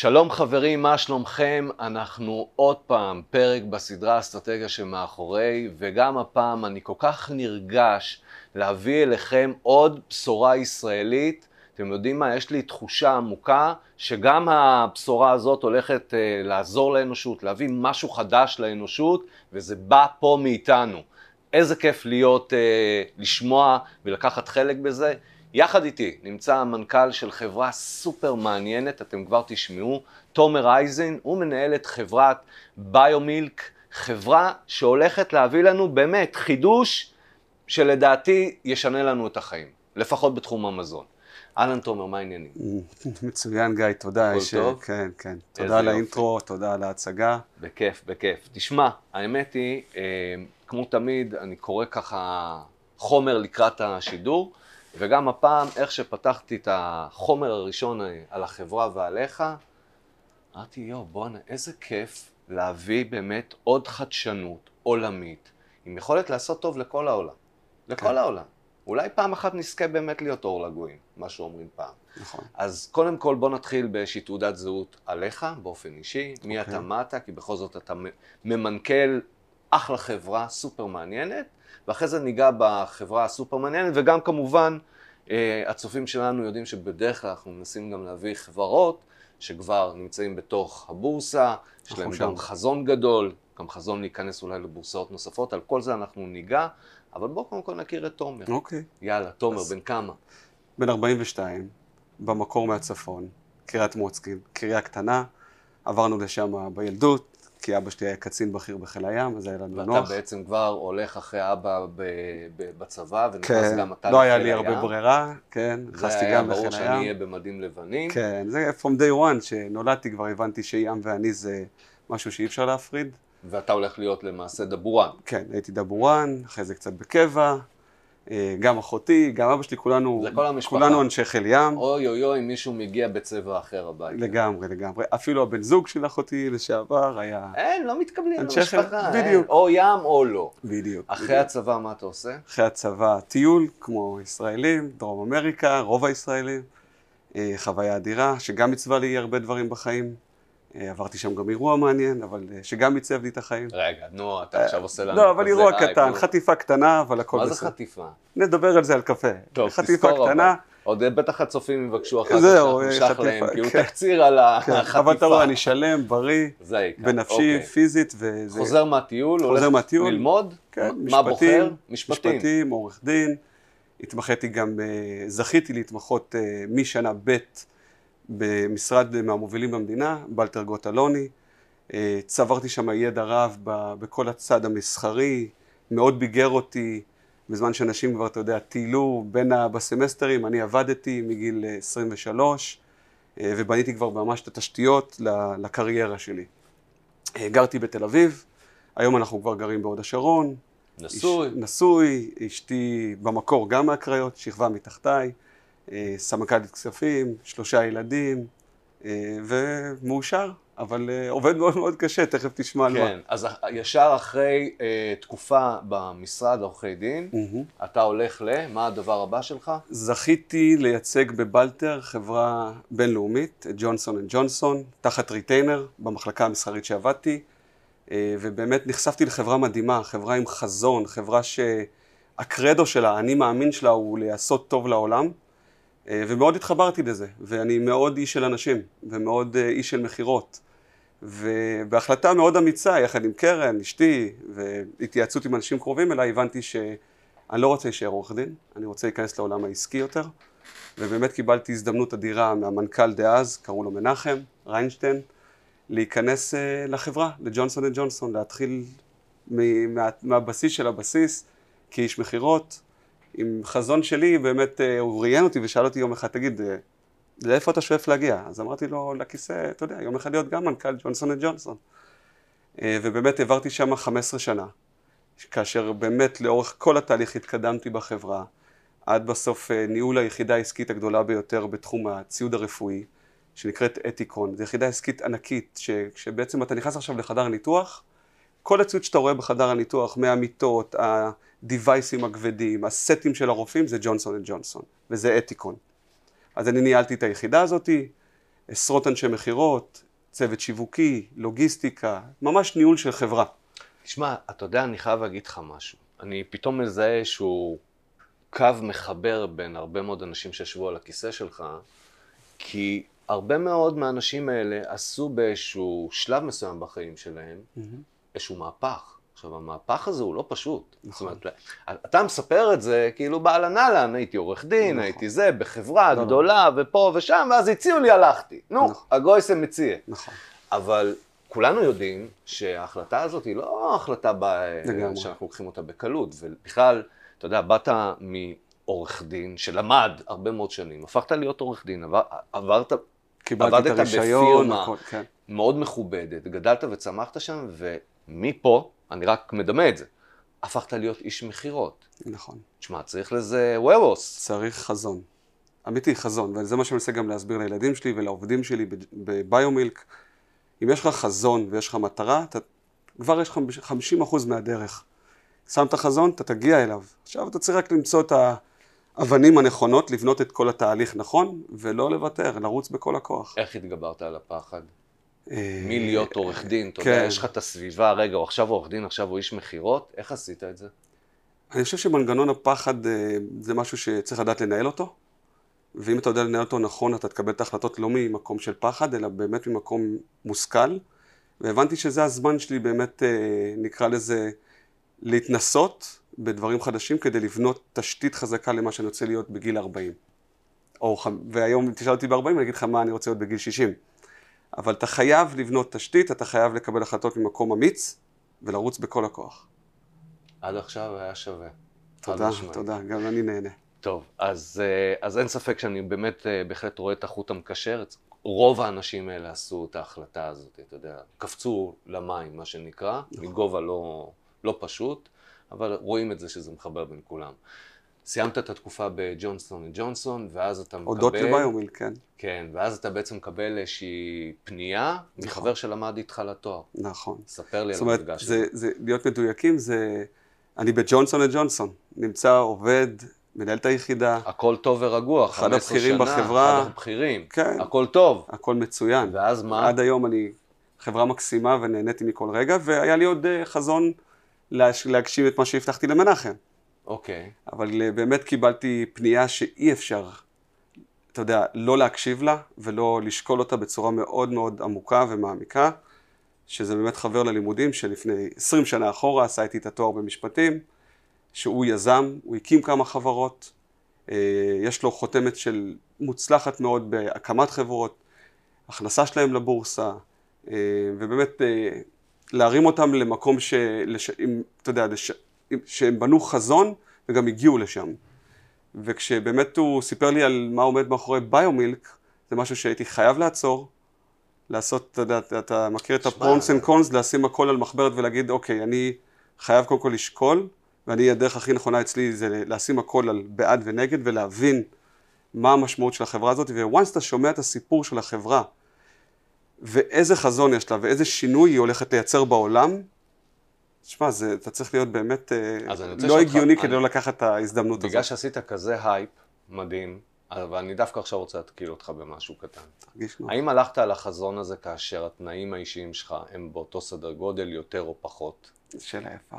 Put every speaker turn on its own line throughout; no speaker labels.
שלום חברים, מה שלומכם? אנחנו עוד פעם פרק בסדרה אסטרטגיה שמאחורי, וגם הפעם אני כל כך נרגש להביא אליכם עוד בשורה ישראלית. אתם יודעים מה? יש לי תחושה עמוקה שגם הבשורה הזאת הולכת לעזור לאנושות, להביא משהו חדש לאנושות, וזה בא פה מאיתנו. איזה כיף להיות, לשמוע ולקחת חלק בזה. יחד איתי נמצא המנכ"ל של חברה סופר מעניינת, אתם כבר תשמעו, תומר אייזן, הוא מנהל את חברת ביומילק, חברה שהולכת להביא לנו באמת חידוש שלדעתי ישנה לנו את החיים, לפחות בתחום המזון. אהלן תומר, מה העניינים?
מצוין גיא, תודה.
הכל טוב?
כן, כן. תודה על האינטרו, תודה על ההצגה.
בכיף, בכיף. תשמע, האמת היא, כמו תמיד, אני קורא ככה חומר לקראת השידור, וגם הפעם, איך שפתחתי את החומר הראשון על החברה ועליך, אמרתי, בוא'נה, איזה כיף להביא באמת עוד חדשנות עולמית, עם יכולת לעשות טוב לכל העולם. לכל העולם. אולי פעם אחת נזכה באמת להיות אור לגויים, מה שאומרים פעם.
נכון.
אז קודם כל בוא נתחיל באיזושהי תעודת זהות עליך, באופן אישי, מי אתה, מה אתה, כי בכל זאת אתה ממנכ"ל אחלה חברה סופר מעניינת, ואחרי זה ניגע בחברה הסופר מעניינת, וגם כמובן הצופים שלנו יודעים שבדרך כלל אנחנו מנסים גם להביא חברות שכבר נמצאים בתוך הבורסה, יש להם גם חזון גדול, גם חזון להיכנס אולי לבורסאות נוספות, על כל זה אנחנו ניגע, אבל בואו קודם כל נכיר את תומר.
אוקיי.
יאללה, תומר, בן כמה?
בן 42, במקור מהצפון, קריית מוצקין, קריה קטנה, עברנו לשם בילדות, כי אבא שלי היה קצין בכיר בחיל הים, אז היה לנו נוח.
ואתה בעצם כבר הולך אחרי אבא בצבא, ונכנס גם אתה
לא היה לי הרבה ברירה, כן, נכנסתי גם
זה היה
בחיל
ברור
הים.
שאני אהיה במדים לבנים.
כן, זה from day one, שנולדתי כבר הבנתי שים ואני זה משהו שאי אפשר להפריד.
ואתה הולך להיות למעשה דבורן.
כן, הייתי דבורן, אחרי זה קצת בקבע, גם אחותי, גם אבא שלי, כולנו אנשי חיל ים.
אוי אוי אוי, מישהו מגיע בצבע אחר הביתה.
לגמרי, לגמרי. אפילו הבן זוג של אחותי לשעבר היה...
אין, לא מתקבלים למשפחה.
בדיוק.
או ים או לא.
בדיוק.
אחרי הצבא מה אתה עושה?
אחרי הצבא טיול, כמו ישראלים, דרום אמריקה, רוב הישראלים. חוויה אדירה, שגם הצבה לי הרבה דברים בחיים. עברתי שם גם אירוע מעניין, אבל שגם ייצב לי את החיים.
רגע, נו, אתה עכשיו עושה לנו...
לא, אבל אירוע קטן, חטיפה קטנה, אבל הכל בסדר.
מה זה חטיפה?
נדבר על זה על קפה.
טוב,
חטיפה קטנה.
עוד בטח הצופים יבקשו אחר כך שאנחנו נשלח להם, כי הוא תקציר על החטיפה.
אבל אתה רואה, אני שלם, בריא, בנפשי, פיזית.
חוזר מהטיול, הולך ללמוד? מה בוחר?
משפטים, עורך דין. התמחיתי גם, זכיתי להתמחות משנה ב' במשרד מהמובילים במדינה, בלטר גוט אלוני. צברתי שם ידע רב בכל הצד המסחרי, מאוד ביגר אותי, בזמן שאנשים כבר, אתה יודע, טיילו בסמסטרים, אני עבדתי מגיל 23, ובניתי כבר ממש את התשתיות לקריירה שלי. גרתי בתל אביב, היום אנחנו כבר גרים בהוד השרון. נשוי, אשתי במקור גם מהקריות, שכבה מתחתיי. סמנכ"לית כספים, 3 ילדים, ומאושר, אבל עובד מאוד מאוד קשה, תכף תשמע על מה.
כן, אז ישר אחרי תקופה במשרד עורכי דין, אתה הולך מה הדבר הבא שלך?
זכיתי לייצג בבלטר חברה בינלאומית, ג'ונסון אנד ג'ונסון, תחת ריטיינר במחלקה המסחרית שעבדתי, ובאמת נחשפתי לחברה מדהימה, חברה עם חזון, חברה שהקרדו שלה, אני מאמין שלה, הוא לעשות טוב לעולם. ומאוד התחברתי לזה, ואני מאוד איש של אנשים, ומאוד איש של מחירות. ובהחלטה מאוד אמיצה, יחד עם קרן, אשתי, והתייעצות עם אנשים קרובים אליי, הבנתי שאני לא רוצה להישאר עורך דין, אני רוצה להיכנס לעולם העסקי יותר, ובאמת קיבלתי הזדמנות אדירה מהמנכ"ל דאז, קראו לו מנחם, ריינשטיין, להיכנס לחברה, לג'ונסון אנד ג'ונסון, להתחיל מהבסיס של הבסיס, כאיש מחירות, עם חזון שלי, באמת הוא ראיין אותי ושאל אותי יום אחד, תגיד, לאיפה אתה שואף להגיע? אז אמרתי לו, לכיסא, אתה יודע, יום אחד להיות גם מנכ"ל ג'ונסון אנד ג'ונסון. ובאמת העברתי שם 15 שנה, כאשר באמת לאורך כל התהליך התקדמתי בחברה, עד בסוף ניהול היחידה העסקית הגדולה ביותר בתחום הציוד הרפואי, שנקראת אתיקון. זו יחידה עסקית ענקית, שבעצם אתה נכנס עכשיו לחדר ניתוח, כל הציוד שאתה רואה בחדר הניתוח, מהמיטות, הדיווייסים הכבדים, הסטים של הרופאים, זה ג'ונסון אנד ג'ונסון, וזה אתיקון. אז אני ניהלתי את היחידה הזאת, עשרות אנשי מחירות, צוות שיווקי, לוגיסטיקה, ממש ניהול של חברה.
תשמע, אתה יודע, אני חייב להגיד לך משהו. אני פתאום מזהה שהוא קו מחבר בין הרבה מאוד אנשים שישבו על הכיסא שלך, כי הרבה מאוד מהאנשים האלה עשו באיזשהו שלב מסוים בחיים שלהם, איזשהו מהפך. עכשיו, המהפך הזה הוא לא פשוט. זאת אומרת, אתה מספר את זה כאילו בעל הנהלן, הייתי עורך דין, הייתי זה, בחברה גדולה ופה ושם, ואז הציעו לי, הלכתי. נו, הגויסם מציע.
נכון.
אבל כולנו יודעים שההחלטה הזאת היא לא החלטה שאנחנו לוקחים אותה בקלות, ובכלל, אתה יודע, באת מעורך דין שלמד הרבה מאוד שנים, הפכת להיות עורך דין, עבדת בפירמה מאוד מכובדת, גדלת וצמחת שם, ומפה, אני רק מדמה את זה, הפכת להיות איש מחירות.
נכון.
תשמע, צריך לזה וורוס.
צריך חזון. אמיתי, חזון, וזה מה שאני מנסה גם להסביר לילדים שלי ולעובדים שלי בביומילק. אם יש לך חזון ויש לך מטרה, כבר יש לך 50% מהדרך. שם את החזון, אתה תגיע אליו. עכשיו אתה צריך רק למצוא את האבנים הנכונות, לבנות את כל התהליך נכון, ולא לוותר, לרוץ בכל הכוח.
איך התגברת על הפחד? מי להיות עורך דין? אתה יודע, יש לך את הסביבה, רגע, הוא עכשיו עורך דין, עכשיו הוא איש מחירות, איך עשית את זה?
אני חושב שמנגנון הפחד זה משהו שצריך לדעת לנהל אותו, ואם אתה יודע לנהל אותו נכון, אתה תקבל את ההחלטות לא ממקום של פחד, אלא באמת ממקום מושכל, והבנתי שזה הזמן שלי באמת, נקרא לזה, להתנסות בדברים חדשים, כדי לבנות תשתית חזקה למה שאני רוצה להיות בגיל 40. והיום תשאל אותי ב-40, אני אגיד לך מה אני רוצה להיות בגיל 60. אבל אתה חייב לבנות תשתית, אתה חייב לקבל החלטות ממקום אמיץ, ולרוץ בכל הכוח.
עד עכשיו היה שווה.
תודה, תודה, גם אני נהנה.
טוב, אז אין ספק שאני באמת בהחלט רואה את החוט המקשר. רוב האנשים האלה עשו את ההחלטה הזאת, אתה יודע, קפצו למים, מה שנקרא, מגובה לא פשוט, אבל רואים את זה שזה מחבר בין כולם. סיימת את התקופה בג'ונסון וג'ונסון, ואז אתה מקבל...
הודות לביומילק, כן.
כן, ואז אתה בעצם מקבל איזושהי פנייה מחבר שלמד איתך לתואר.
נכון.
ספר לי על המפגש.
זאת אומרת, זה להיות מדויקים, זה... אני בג'ונסון וג'ונסון, נמצא, עובד, מנהל את היחידה.
הכל טוב ורגוע, 15 שנה.
אחד הבכירים בחברה.
אחד הבכירים.
כן.
הכל טוב.
הכל מצוין.
ואז מה?
עד היום אני חברה מקסימה ונהניתי מכל רגע, והיה לי עוד חזון להגשים את מה שהבטחתי למנחם.
אוקיי.
אבל באמת קיבלתי פנייה שאי אפשר, אתה יודע, לא להקשיב לה ולא לשקול אותה בצורה מאוד מאוד עמוקה ומעמיקה, שזה באמת חבר ללימודים שלפני 20 שנה אחורה עשה איתי את התואר במשפטים, שהוא יזם, הוא הקים כמה חברות, יש לו חותמת של מוצלחת מאוד בהקמת חברות, הכנסה שלהם לבורסה, ובאמת להרים אותם למקום אתה יודע, שהם בנו חזון וגם הגיעו לשם. וכשבאמת הוא סיפר לי על מה עומד מאחורי ביומילק, זה משהו שהייתי חייב לעצור, לעשות, אתה יודע, אתה מכיר את הפרונס אנד קונס, לשים הכל על מחברת ולהגיד, אוקיי, אני חייב קודם כל לשקול, ואני, הדרך הכי נכונה אצלי זה לשים הכל על בעד ונגד, ולהבין מה המשמעות של החברה הזאת, וואנס אתה שומע את הסיפור של החברה, ואיזה חזון יש לה, ואיזה שינוי היא הולכת לייצר בעולם, תשמע, אתה צריך להיות באמת לא הגיוני כדי לא לקחת את ההזדמנות הזאת.
בגלל שעשית כזה הייפ מדהים, אבל אני דווקא עכשיו רוצה להתקיל אותך במשהו קטן.
תרגיש נוח.
האם הלכת על החזון הזה כאשר התנאים האישיים שלך הם באותו סדר גודל, יותר או פחות?
שאלה יפה.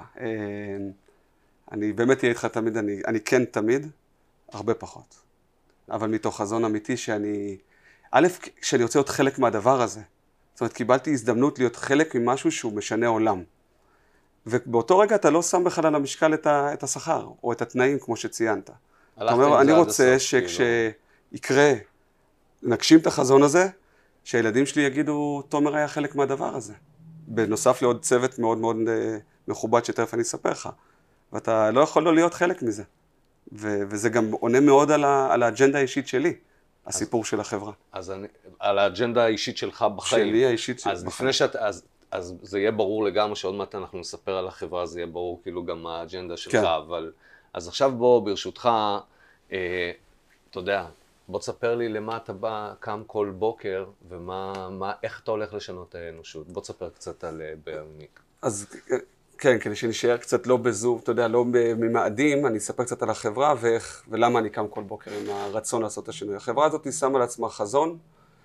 אני באמת אהיה איתך תמיד, אני כן תמיד, הרבה פחות. אבל מתוך חזון אמיתי שאני, כשאני רוצה להיות חלק מהדבר הזה, זאת אומרת, קיבלתי הזדמנות להיות חלק ממשהו שהוא משנה עולם. ובאותו רגע אתה לא שם בכלל על המשקל את השכר, או את התנאים כמו שציינת. אתה אומר, אני רוצה שיקרה, נגשים את החזון הזה, שהילדים שלי יגידו, תומר היה חלק מהדבר הזה. בנוסף לעוד צוות מאוד מאוד מכובד שתכף אני אספר לך. ואתה לא יכול לא להיות חלק מזה. וזה גם עונה מאוד על האג'נדה האישית שלי, הסיפור של החברה.
אז על האג'נדה האישית שלך בחיים.
שלי האישית שלי
בחיים. אז לפני אז זה יהיה ברור לגמרי שעוד מעט אנחנו נספר על החברה, זה יהיה ברור כאילו גם מה האג'נדה שלך, כן. אבל אז עכשיו בוא ברשותך, אתה יודע, בוא תספר לי למה אתה בא, קם כל בוקר, איך אתה הולך לשנות את האנושות. בוא תספר קצת על ביומילק.
אז כן, כדי שנשאר קצת לא בזום, אתה יודע, לא ממאדים, אני אספר קצת על החברה ולמה אני קם כל בוקר עם הרצון לעשות את השינוי. החברה הזאת היא שמה לעצמה חזון,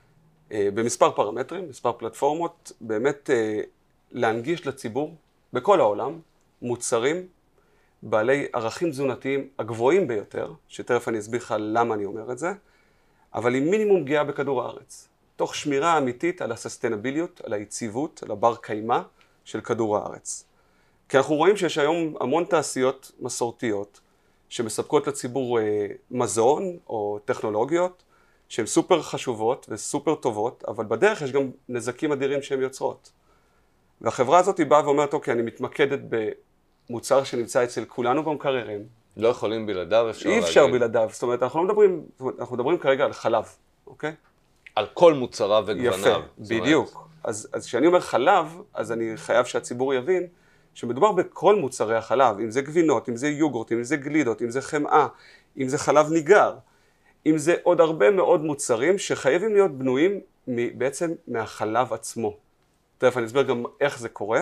במספר פרמטרים, מספר פלטפורמות, באמת להנגיש לציבור בכל העולם מוצרים בעלי ערכים תזונתיים הגבוהים ביותר, שתכף אני אסביר לך למה אני אומר את זה, אבל עם מינימום פגיעה בכדור הארץ, תוך שמירה אמיתית על הססטנביליות, על היציבות, על הבר קיימא של כדור הארץ. כי אנחנו רואים שיש היום המון תעשיות מסורתיות שמספקות לציבור מזון או טכנולוגיות שהן סופר חשובות וסופר טובות, אבל בדרך יש גם נזקים אדירים שהן יוצרות. והחברה הזאת היא באה ואומרת, אוקיי, אני מתמקדת במוצר שנמצא אצל כולנו במקררים.
לא יכולים בלעדיו, אפשר
להגיד. אי אפשר בלעדיו, זאת אומרת, אנחנו מדברים כרגע על חלב, אוקיי?
על כל מוצריו וגווניו.
יפה, בדיוק. אז כשאני אומר חלב, אז אני חייב שהציבור יבין שמדובר בכל מוצרי החלב, אם זה גבינות, אם זה יוגורט, אם זה גלידות, אם זה חמאה, אם זה חלב ניגר, אם זה עוד הרבה מאוד מוצרים שחייבים להיות בנויים בעצם מהחלב עצמו. תכף אני אסביר גם איך זה קורה,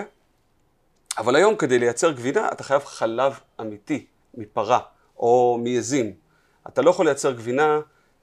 אבל היום כדי לייצר גבינה אתה חייב חלב אמיתי, מפרה או מעזים. אתה לא יכול לייצר גבינה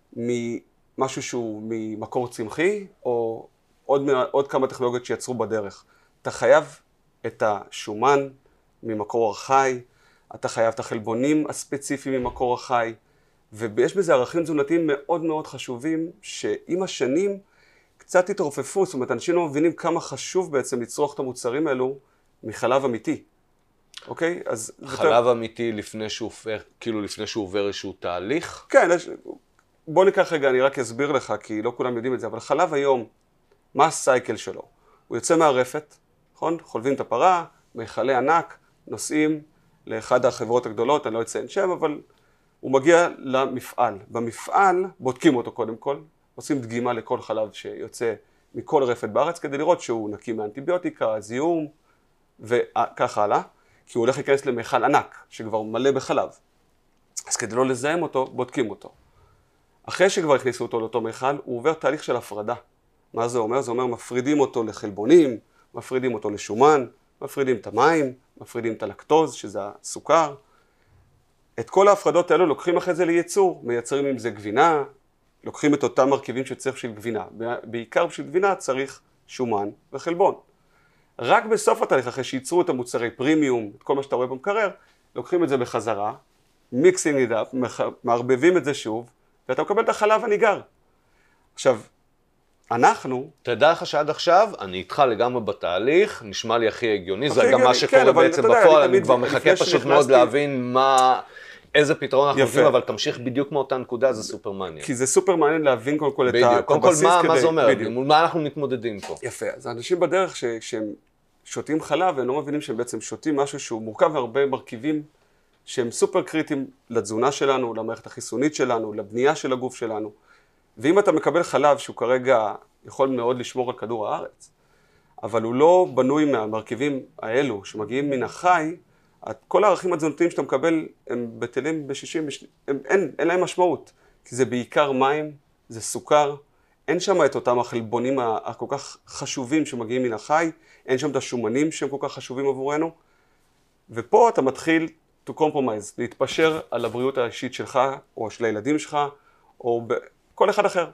ממשהו שהוא ממקור צמחי או עוד כמה טכנולוגיות שיצרו בדרך. אתה חייב את השומן ממקור ארכאי, אתה חייב את החלבונים הספציפיים ממקור ארכאי, ויש בזה ערכים תזונתיים מאוד מאוד חשובים, שעם השנים קצת התרופפו, זאת אומרת, אנשים לא מבינים כמה חשוב בעצם לצרוך את המוצרים האלו מחלב אמיתי. אוקיי? אז
חלב אמיתי לפני שהוא עובר איזשהו תהליך?
כן, בוא ניקח רגע, אני רק אסביר לך, כי לא כולם יודעים את זה, אבל חלב היום, מה הסייקל שלו? הוא יוצא מהרפת, נכון? חולבים את הפרה, מיכלי ענק, נוסעים לאחד החברות הגדולות, אני לא אציין שם, אבל הוא מגיע למפעל. במפעל בודקים אותו קודם כל, עושים דגימה לכל חלב שיוצא מכל רפת בארץ, כדי לראות שהוא נקי מאנטיביוטיקה, זיהום, וככה הלאה, כי הוא הולך להיכנס למיכל ענק, שכבר מלא בחלב. אז כדי לא לזהם אותו, בודקים אותו. אחרי שכבר הכניסו אותו לאותו מיכל, הוא עובר תהליך של הפרדה. מה זה אומר? זה אומר מפרידים אותו לחלבונים, מפרידים אותו לשומן, מפרידים את המים, מפרידים את הלקטוז, שזה הסוכר. את כל ההפרדות האלו לוקחים אחרי זה לייצור, מייצרים עם זה גבינה, לוקחים את אותם מרכיבים שצריך בשביל גבינה. בעיקר בשביל גבינה צריך שומן וחלבון. רק בסוף התהליך, אחרי שייצרו את המוצרי פרימיום, את כל מה שאתה רואה במקרר, לוקחים את זה בחזרה, mixing it up, מערבבים את זה שוב, ואתה מקבל את החלב הניגר. עכשיו, אנחנו...
תדע לך שעד עכשיו, אני איתך לגמרי בתהליך, נשמע לי הכי הגיוני, זה גם מה שקורה בעצם בפועל, אני כבר מחכה פשוט מאוד להבין איזה פתרון אנחנו עושים, אבל תמשיך בדיוק מאותה נקודה, זה סופר מעניין.
כי זה סופר מעניין להבין קודם כל את
הבסיס. קודם כל, מה זה אומר?
מול
מה אנחנו מתמודדים פה?
יפה, אז האנשים בדרך שהם שותים חלב, הם לא מבינים שהם בעצם שותים משהו שהוא מורכב מהרבה מרכיבים שהם סופר קריטיים לתזונה שלנו, למערכת החיסונית שלנו, לבנייה של הגוף שלנו. ואם אתה מקבל חלב שהוא כרגע יכול מאוד לשמור על כדור הארץ, אבל הוא לא בנוי מהמרכיבים האלו שמגיעים מן החי, כל הערכים התזונתיים שאתה מקבל הם בטלים ב-60, אין להם משמעות, כי זה בעיקר מים, זה סוכר, אין שם את אותם החלבונים הכל כך חשובים שמגיעים מן החי, אין שם את השומנים שהם כל כך חשובים עבורנו, ופה אתה מתחיל to compromise, להתפשר על הבריאות האישית שלך, או של הילדים שלך, או כל אחד אחר.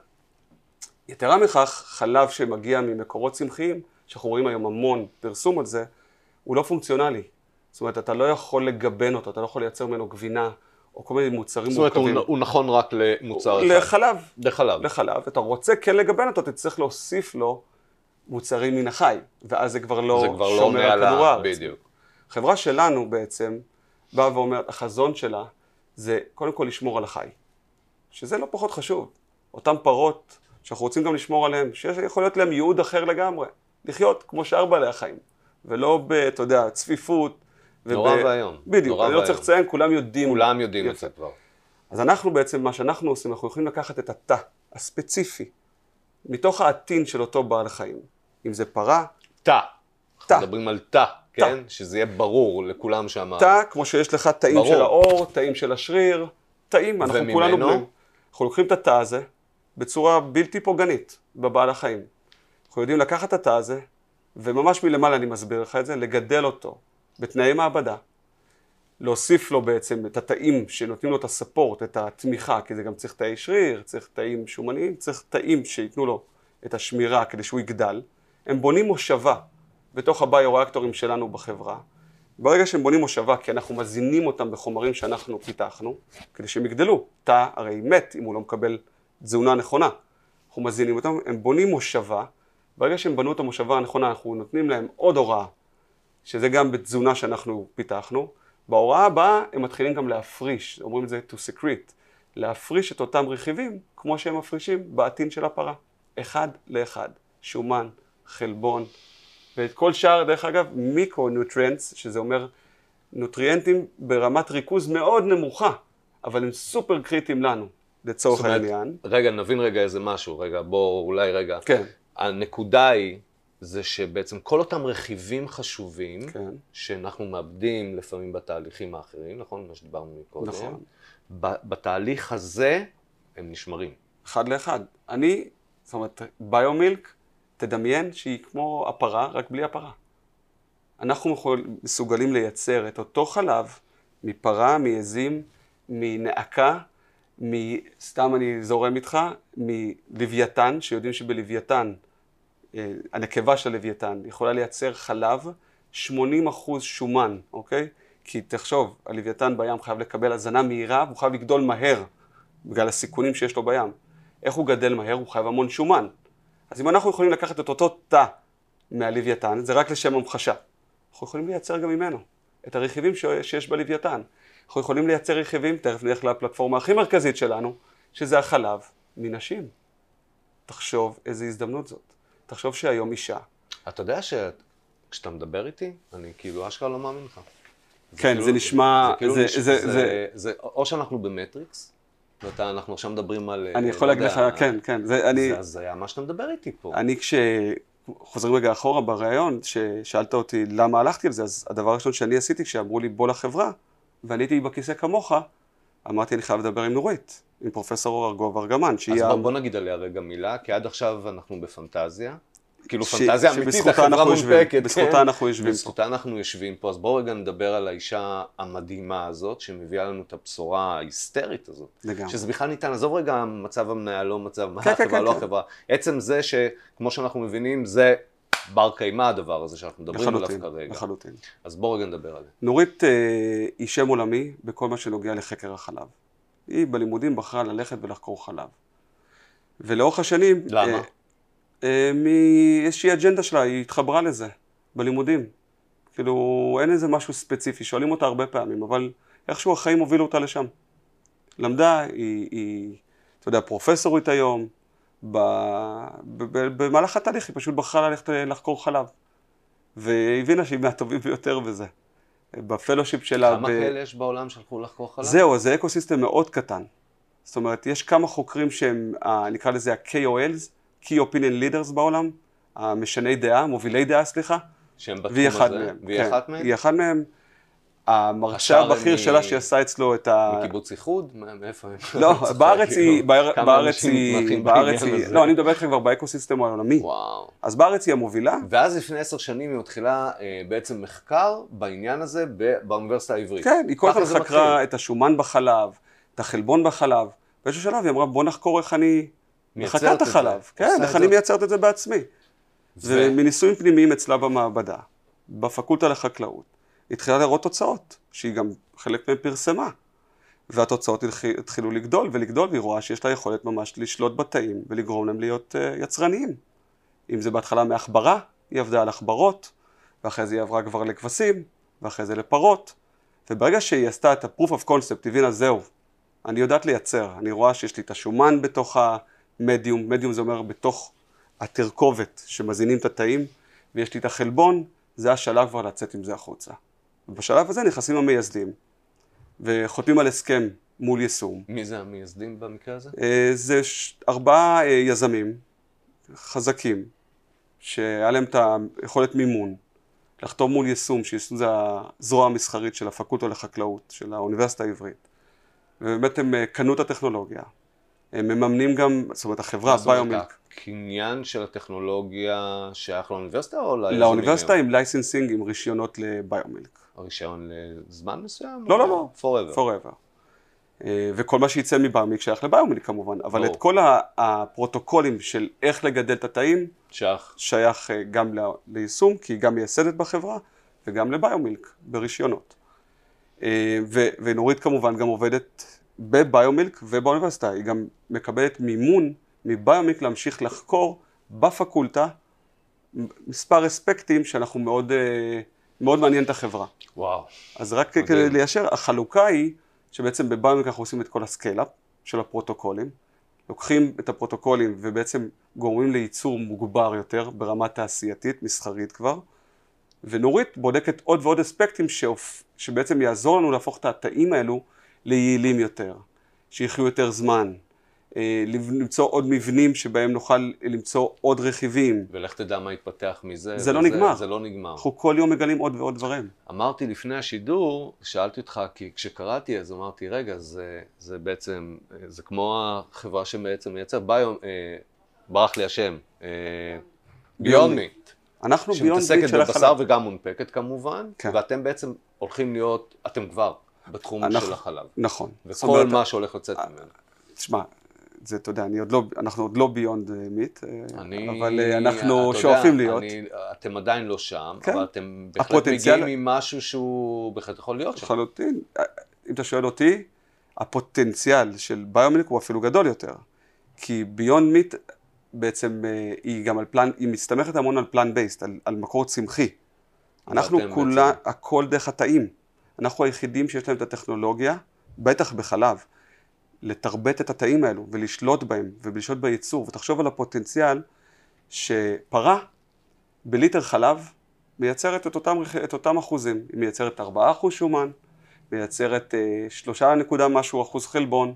יתרה מכך, חלב שמגיע ממקורות צמחיים, שאנחנו רואים היום המון פרסום על זה, הוא לא פונקציונלי. זאת אומרת, אתה לא יכול לגבן אותו, אתה לא יכול לייצר ממנו גבינה, או כל מיני מוצרים מורכבים.
זאת אומרת, הוא נכון רק למוצר אחד.
לחלב.
לחלב.
לחלב. אתה רוצה כן לגבן אותו, אתה צריך להוסיף לו מוצרים מן החי, ואז זה כבר לא שומר על כדור הארץ.
בדיוק.
חברה שלנו בעצם באה ואומרת, החזון שלה זה קודם כל לשמור על החי. שזה לא פחות חשוב. אותם פרות שאנחנו רוצים גם לשמור עליהם, שיכול להיות להם ייעוד אחר לגמרי. לחיות כמו שאר בעלי החיים. ולא אתה יודע, צפיפות.
נורא והיום.
בדיוק, אני לא צריך לציין, כולם יודעים.
כולם יודעים את זה כבר.
אז אנחנו בעצם, מה שאנחנו עושים, אנחנו יכולים לקחת את התא הספציפי, מתוך העתין של אותו בעל חיים. אם זה פרה.
תא. אנחנו מדברים על תא, כן? שזה יהיה ברור לכולם שם.
תא, כמו שיש לך תאים של האור, תאים של השריר, תאים, אנחנו כולנו בנים. אנחנו לוקחים את התא הזה בצורה בלתי פוגענית בבעל החיים. אנחנו יודעים לקחת את התא הזה, וממש מלמעלה אני מסביר לך את זה, לגדל אותו בתנאי מעבדה, להוסיף לו בעצם את התאים שנותנים לו את הספורט, את התמיכה, כי זה גם צריך תאי שריר, צריך תאים שומניים, צריך תאים שיתנו לו את השמירה כדי שהוא יגדל, הם בונים מושבה בתוך הביו-ריאקטורים שלנו בחברה. ברגע שהם בונים מושבה, כי אנחנו מזינים אותם בחומרים שאנחנו פיתחנו, כדי שהם יגדלו. תא הרי מת אם הוא לא מקבל תזונה נכונה. אנחנו מזינים אותם, הם בונים מושבה, ברגע שהם בנו את המושבה הנכונה, אנחנו נותנים להם עוד הוראה, שזה גם בתזונה שאנחנו פיתחנו. בהוראה הבאה הם מתחילים גם להפריש, אומרים את זה to secrete, להפריש את אותם רכיבים, כמו שהם מפרישים בעתין של הפרה. אחד לאחד, שומן, חלבון, ואת כל שאר, דרך אגב, מיקרו-נוטריאנטס, שזה אומר נוטריאנטים ברמת ריכוז מאוד נמוכה, אבל הם סופר קריטיים לנו, לצורך העניין.
רגע, נבין רגע איזה משהו, רגע, בוא, אולי רגע.
כן.
הנקודה היא, זה שבעצם כל אותם רכיבים חשובים,
כן.
שאנחנו מאבדים לפעמים בתהליכים האחרים, נכון? מה שדיברנו מקודם.
נכון.
בתהליך הזה, הם נשמרים.
אחד לאחד. זאת אומרת, ביומילק, תדמיין שהיא כמו הפרה, רק בלי הפרה. אנחנו מסוגלים לייצר את אותו חלב מפרה, מעזים, מנעקה, סתם אני זורם איתך, מלוויתן, שיודעים שבלוויתן, הנקבה של הלוויתן יכולה לייצר חלב 80% שומן, אוקיי? כי תחשוב, הלוויתן בים חייב לקבל הזנה מהירה, והוא חייב לגדול מהר, בגלל הסיכונים שיש לו בים. איך הוא גדל מהר? הוא חייב המון שומן. אז אם אנחנו יכולים לקחת את אותו תא מהלוויתן, זה רק לשם המחשה. אנחנו יכולים לייצר גם ממנו את הרכיבים שיש בלוויתן. אנחנו יכולים לייצר רכיבים, תכף נלך לפלטפורמה הכי מרכזית שלנו, שזה החלב מנשים. תחשוב איזו הזדמנות זאת. תחשוב שהיום אישה.
אתה יודע שכשאתה מדבר איתי, אני כאילו אשכרה לא מאמין לך.
כן, זה נשמע...
זה או שאנחנו במטריקס, ואנחנו עכשיו מדברים על...
אני יכול להגיד לך, כן.
זה היה מה שאתה מדבר איתי פה.
אני כשחוזרים רגע אחורה בראיון, ששאלת אותי למה הלכתי על זה, אז הדבר הראשון שאני עשיתי כשאמרו לי בוא לחברה, ואני הייתי בכיסא כמוך, אמרתי אני חייב לדבר עם נורית, עם פרופסור ארגוב ארגמן, שהיא...
אז בוא נגיד עליה רגע מילה, כי עד עכשיו אנחנו בפנטזיה. כאילו פנטזיה אמיתית, החברה מונפקת.
בזכותה אנחנו יושבים פה.
בזכותה אנחנו יושבים פה, אז בואו רגע נדבר על האישה המדהימה הזאת, שמביאה לנו את הבשורה ההיסטרית הזאת.
לגמרי.
שזה בכלל ניתן, עזוב רגע מצב המניה, לא מצב החברה, לא החברה. עצם זה שכמו שאנחנו מבינים, זה בר קיימא הדבר הזה שאנחנו מדברים עליו כרגע.
לחלוטין.
אז בואו רגע נדבר עליה.
נורית היא שם עולמי בכל מה שנוגע לחקר החלב. היא בלימודים בחרה ללכת ולחקור חלב. ולאורך השנים...
למה?
מאיזושהי אג'נדה שלה, היא התחברה לזה, בלימודים. כאילו, אין איזה משהו ספציפי, שואלים אותה הרבה פעמים, אבל איכשהו החיים הובילו אותה לשם. למדה, היא אתה יודע, פרופסורית היום, במהלך התהליך היא פשוט בחרה ללכת לחקור חלב. והבינה שהיא מהטובים ביותר בזה. בפלושיפ שלה...
כמה כאלה יש בעולם שהלכו לחקור חלב?
זהו, זה אקוסיסטם מאוד קטן. זאת אומרת, יש כמה חוקרים שהם, נקרא לזה ה-KOLs, Key Opinion Leaders בעולם, המשני דעה, מובילי דעה, סליחה.
שהם בתחום הזה? והיא אחת מהם?
היא אחת מהם. המרצה הבכיר שלה שעשה אצלו את
מקיבוץ איחוד? מאיפה הם?
לא, בארץ היא... לא, אני מדבר איתך כבר באקוסיסטם העולמי.
וואו.
אז בארץ היא המובילה.
ואז לפני 10 שנים היא מתחילה בעצם מחקר בעניין הזה באוניברסיטה העברית.
כן, היא כל הזמן חקרה את השומן בחלב, את החלבון בחלב. באיזשהו שלב היא אמרה, בוא נחקור איך אני מחקה את החלב. כן, איך אני מייצרת את זה בעצמי. ומניסויים פנימיים אצלה במעבדה, בפקולטה לחקלאות, התחילה לראות תוצאות, שהיא גם חלק מהם פרסמה. והתוצאות התחילו לגדול ולגדול, והיא רואה שיש לה יכולת ממש לשלוט בתאים ולגרום להם להיות יצרניים. אם זה בהתחלה מעכברה, היא עבדה על עכברות, ואחרי זה היא עברה כבר לכבשים, ואחרי זה לפרות. וברגע שהיא עשתה את ה-proof of concept, הבינה זהו, אני יודעת לייצר, אני רואה שיש לי את השומן בתוך המדיום, מדיום זה אומר בתוך התרכובת שמזינים את התאים, ויש לי את החלבון, זה השלב כבר לצאת עם זה החוצה. ובשלב הזה נכנסים המייסדים, וחותמים על הסכם מול יישום.
מי זה המייסדים במקרה הזה?
זה 4 יזמים חזקים, שהיה להם את היכולת מימון, לחתום מול יישום, שיישום זה הזרוע המסחרית של הפקולטה לחקלאות, של האוניברסיטה העברית. ובאמת הם קנו את הטכנולוגיה. הם מממנים גם, זאת אומרת, החברה, ביומילק.
הקניין של הטכנולוגיה שייך לאוניברסיטה או ליזמים?
לאוניברסיטה עם לייסנסינג, עם רישיונות לביומילק.
הרישיון לזמן מסוים?
לא.
forever.
forever. וכל מה שיצא מביומילק שייך לביומילק כמובן, אבל את כל הפרוטוקולים של איך לגדל את התאים, שייך גם ליישום, כי היא גם מייסדת בחברה, וגם לביומילק, ברישיונות. ונורית כמובן גם עובדת בביומילק ובאוניברסיטה, היא גם מקבלת מימון מביומילק להמשיך לחקור בפקולטה מספר אספקטים שאנחנו מאוד מעניין את החברה.
וואו.
אז רק כדי ליישר, החלוקה היא שבעצם בביומילק אנחנו עושים את כל הסקייל-אפ של הפרוטוקולים, לוקחים את הפרוטוקולים ובעצם גורמים לייצור מוגבר יותר ברמה תעשייתית, מסחרית כבר, ונורית בודקת עוד ועוד אספקטים שבעצם יעזור לנו להפוך את התאים האלו ליעילים יותר, שיחיו יותר זמן, למצוא עוד מבנים שבהם נוכל למצוא עוד רכיבים.
ולך תדע מה יתפתח מזה.
זה לא נגמר.
זה לא נגמר.
אנחנו כל יום מגלים עוד ועוד דברים.
אמרתי לפני השידור, שאלתי אותך, כי כשקראתי אז אמרתי, רגע, זה בעצם, זה כמו החברה שבעצם מייצר ברח לי השם, ביונד מיט.
אנחנו ביונד מיט
שמתעסקת בבשר וגם מונפקת כמובן, ואתם בעצם הולכים להיות, אתם כבר בתחום של החלב.
נכון.
וכל מה שהולך לצאת ממנו.
תשמע, זה, אתה יודע, אנחנו עוד לא ביונד מיט, אבל אנחנו שואפים להיות.
אתם עדיין לא שם, אבל אתם בהחלט מגיעים עם משהו שהוא בהחלט יכול להיות שם.
לחלוטין. אם אתה שואל אותי, הפוטנציאל של ביומילק הוא אפילו גדול יותר. כי ביונד מיט בעצם היא גם היא מסתמכת המון על פלן בייסט, על מקור צמחי. אנחנו כולה, הכל דרך התאים. אנחנו היחידים שיש להם את הטכנולוגיה, בטח בחלב, לתרבט את התאים האלו ולשלוט בהם ולשלוט בייצור. ותחשוב על הפוטנציאל שפרה בליטר חלב מייצרת את אותם אחוזים. היא מייצרת 4% שומן, מייצרת 3 נקודה משהו אחוז חלבון.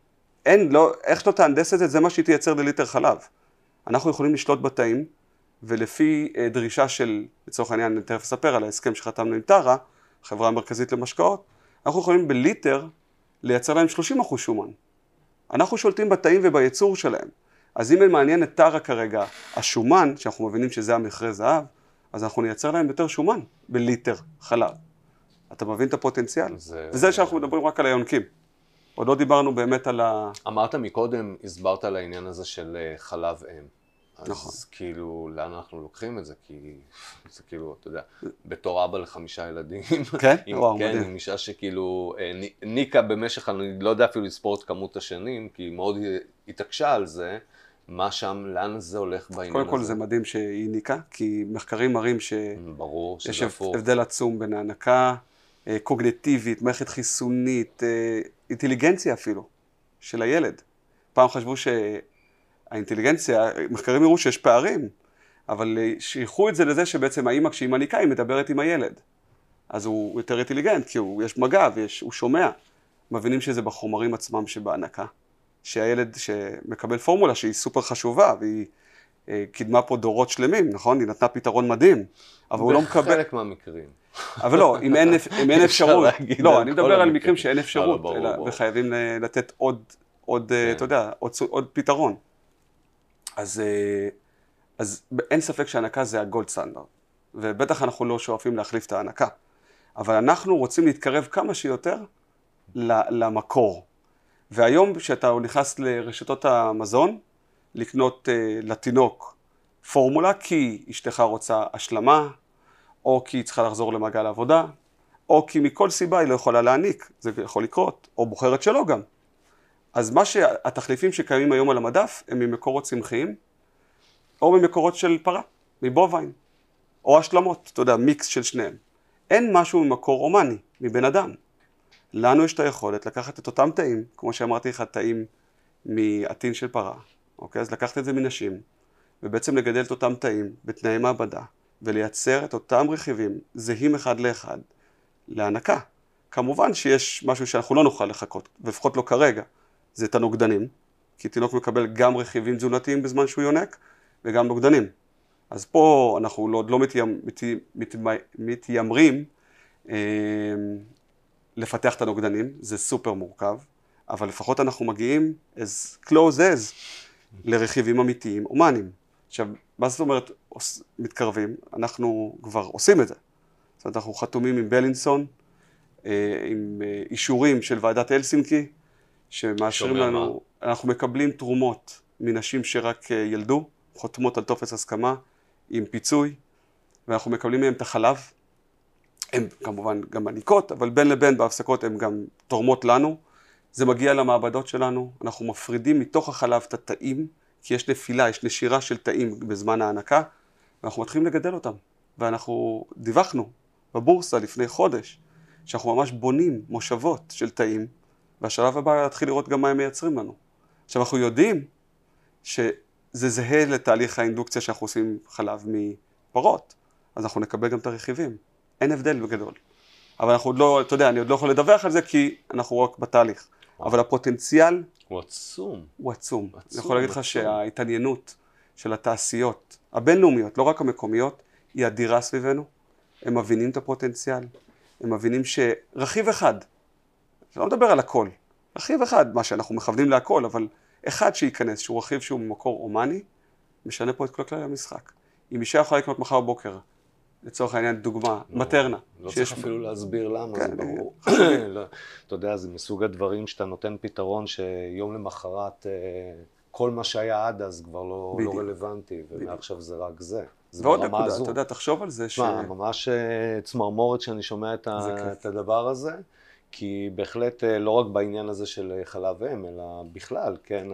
איך שאתה תהנדס את זה, זה מה שהיא תייצר לליטר חלב. אנחנו יכולים לשלוט בתאים, ולפי דרישה של, לצורך העניין, אני תכף אספר על ההסכם שחתמנו עם טרה, חברה המרכזית למשקאות, אנחנו יכולים בליטר לייצר להם 30% שומן. אנחנו שולטים בתאים ובייצור שלהם. אז אם מעניין את טרה כרגע, השומן, שאנחנו מבינים שזה המכרה זהב, אז אנחנו נייצר להם יותר שומן בליטר חלב. אתה מבין את הפוטנציאל? וזה שאנחנו מדברים רק על היונקים. עוד לא דיברנו באמת על
אמרת מקודם, הסברת על העניין הזה של חלב אם.
נכון.
אז כאילו, לאן אנחנו לוקחים את זה? כי זה כאילו, אתה יודע, בתור אבא ל5 ילדים.
כן? וואו, מדהים.
כן, עם אישה שכאילו ניקה במשך, אני לא יודע אפילו לספור את כמות השנים, כי היא מאוד התעקשה על זה. מה שם, לאן זה הולך בעניין הזה?
קודם כל זה מדהים שהיא ניקה, כי מחקרים מראים שיש הבדל עצום בין ההנקה, קוגניטיבית, מערכת חיסונית, אינטליגנציה אפילו, של הילד. פעם חשבו שהאינטליגנציה, מחקרים הראו שיש פערים, אבל שייכו את זה לזה שבעצם האמא כשהיא מניקה היא מדברת עם הילד. אז הוא יותר אינטליגנט, כי יש מגע הוא שומע. מבינים שזה בחומרים עצמם שבהנקה. שהילד שמקבל פורמולה שהיא סופר חשובה, והיא קידמה פה דורות שלמים, נכון? היא נתנה פתרון מדהים, אבל הוא לא מקבל...
בחלק מהמקרים.
אבל לא, אם אין אפשרות, לא, אני מדבר על מקרים שאין אפשרות, וחייבים לתת עוד, אתה יודע, עוד פתרון. אז אין ספק שההנקה זה הגולד סטנדרט, ובטח אנחנו לא שואפים להחליף את ההנקה, אבל אנחנו רוצים להתקרב כמה שיותר למקור. והיום כשאתה נכנס לרשתות המזון, לקנות לתינוק פורמולה, כי אשתך רוצה השלמה, או כי היא צריכה לחזור למעגל העבודה, או כי מכל סיבה היא לא יכולה להעניק, זה יכול לקרות, או בוחרת שלא גם. אז התחליפים שקיימים היום על המדף הם ממקורות צמחיים, או ממקורות של פרה, מבוביין, או השלמות, אתה יודע, מיקס של שניהם. אין משהו ממקור הומני, מבן אדם. לנו יש את היכולת לקחת את אותם תאים, כמו שאמרתי לך, תאים מעטין של פרה, אוקיי? אז לקחת את זה מנשים, ובעצם לגדל את אותם תאים בתנאי מעבדה, ולייצר את אותם רכיבים זהים אחד לאחד להנקה. כמובן שיש משהו שאנחנו לא נוכל לחכות, ולפחות לא כרגע, זה את הנוגדנים, כי תינוק מקבל גם רכיבים תזונתיים בזמן שהוא יונק, וגם נוגדנים. אז פה אנחנו עוד לא מתיימרים לפתח את הנוגדנים, זה סופר מורכב, אבל לפחות אנחנו מגיעים as close as לרכיבים אמיתיים הומניים. עכשיו, מה זאת אומרת מתקרבים? אנחנו כבר עושים את זה. זאת אומרת, אנחנו חתומים עם בלינסון, עם אישורים של ועדת הלסינקי, שמאשרים לנו, אנחנו מקבלים תרומות מנשים שרק ילדו, חותמות על טופס הסכמה עם פיצוי, ואנחנו מקבלים מהם את החלב. הן כמובן גם מניקות, אבל בין לבין בהפסקות הן גם תורמות לנו. זה מגיע למעבדות שלנו, אנחנו מפרידים מתוך החלב את התאים, כי יש נפילה, יש נשירה של תאים בזמן ההנקה, ואנחנו מתחילים לגדל אותם. ואנחנו דיווחנו בבורסה לפני חודש, שאנחנו ממש בונים מושבות של תאים, והשלב הבא להתחיל לראות גם מה הם מייצרים לנו. עכשיו אנחנו יודעים שזה זהה לתהליך האינדוקציה שאנחנו עושים חלב מפרות, אז אנחנו נקבל גם את הרכיבים. אין הבדל בגדול. אבל אנחנו עוד לא, אתה יודע, אני עוד לא יכול לדווח על זה כי אנחנו רק בתהליך. אבל הפוטנציאל
הוא עצום.
הוא עצום. אני יכול להגיד לך שההתעניינות של התעשיות הבינלאומיות, לא רק המקומיות, היא אדירה סביבנו. הם מבינים את הפוטנציאל. הם מבינים שרכיב אחד, אני לא מדבר על הכל, רכיב אחד, מה שאנחנו מכוונים להכל, אבל אחד שייכנס, שהוא רכיב שהוא ממקור אומני, משנה פה את כל כללי המשחק. אם אישה יכולה לקנות מחר בבוקר, לצורך העניין דוגמה, מטרנה.
לא צריך אפילו להסביר למה, זה ברור. אתה יודע, זה מסוג הדברים שאתה נותן פתרון שיום למחרת כל מה שהיה עד אז כבר לא רלוונטי, ומעכשיו זה רק זה.
ועוד נקודה, אתה יודע, תחשוב על זה
ממש צמרמורת שאני שומע את הדבר הזה, כי בהחלט לא רק בעניין הזה של חלב אם, אלא בכלל, כן,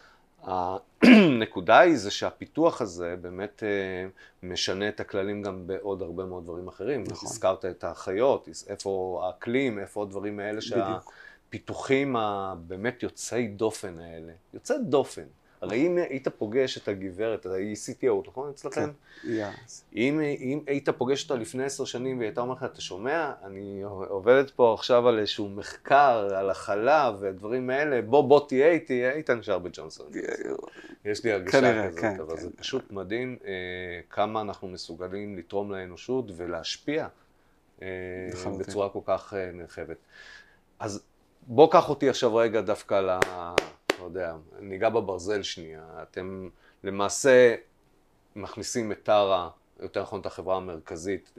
הנקודה היא זה שהפיתוח הזה באמת משנה את הכללים גם בעוד הרבה מאוד דברים אחרים. נכון. הזכרת את החיות, איפה האקלים, איפה הדברים האלה שהפיתוחים הבאמת יוצאי דופן האלה. יוצאי דופן. הרי אם היית פוגש את הגברת, היא CTO, נכון? אצלכם? אם היית פוגש אותה לפני 10 שנים והיא הייתה אומרת לך, אתה שומע? אני עובדת פה עכשיו על איזשהו מחקר, על החלב והדברים האלה, בוא תהיה איתי, היית נשאר בג'ונסון. יש לי הרגשה כזאת, אבל זה פשוט מדהים כמה אנחנו מסוגלים לתרום לאנושות ולהשפיע בצורה כל כך נרחבת. אז בוא קח אותי עכשיו רגע דווקא לא יודע, ניגע בברזל שנייה. אתם למעשה מכניסים את טרה, יותר נכון את החברה המרכזית,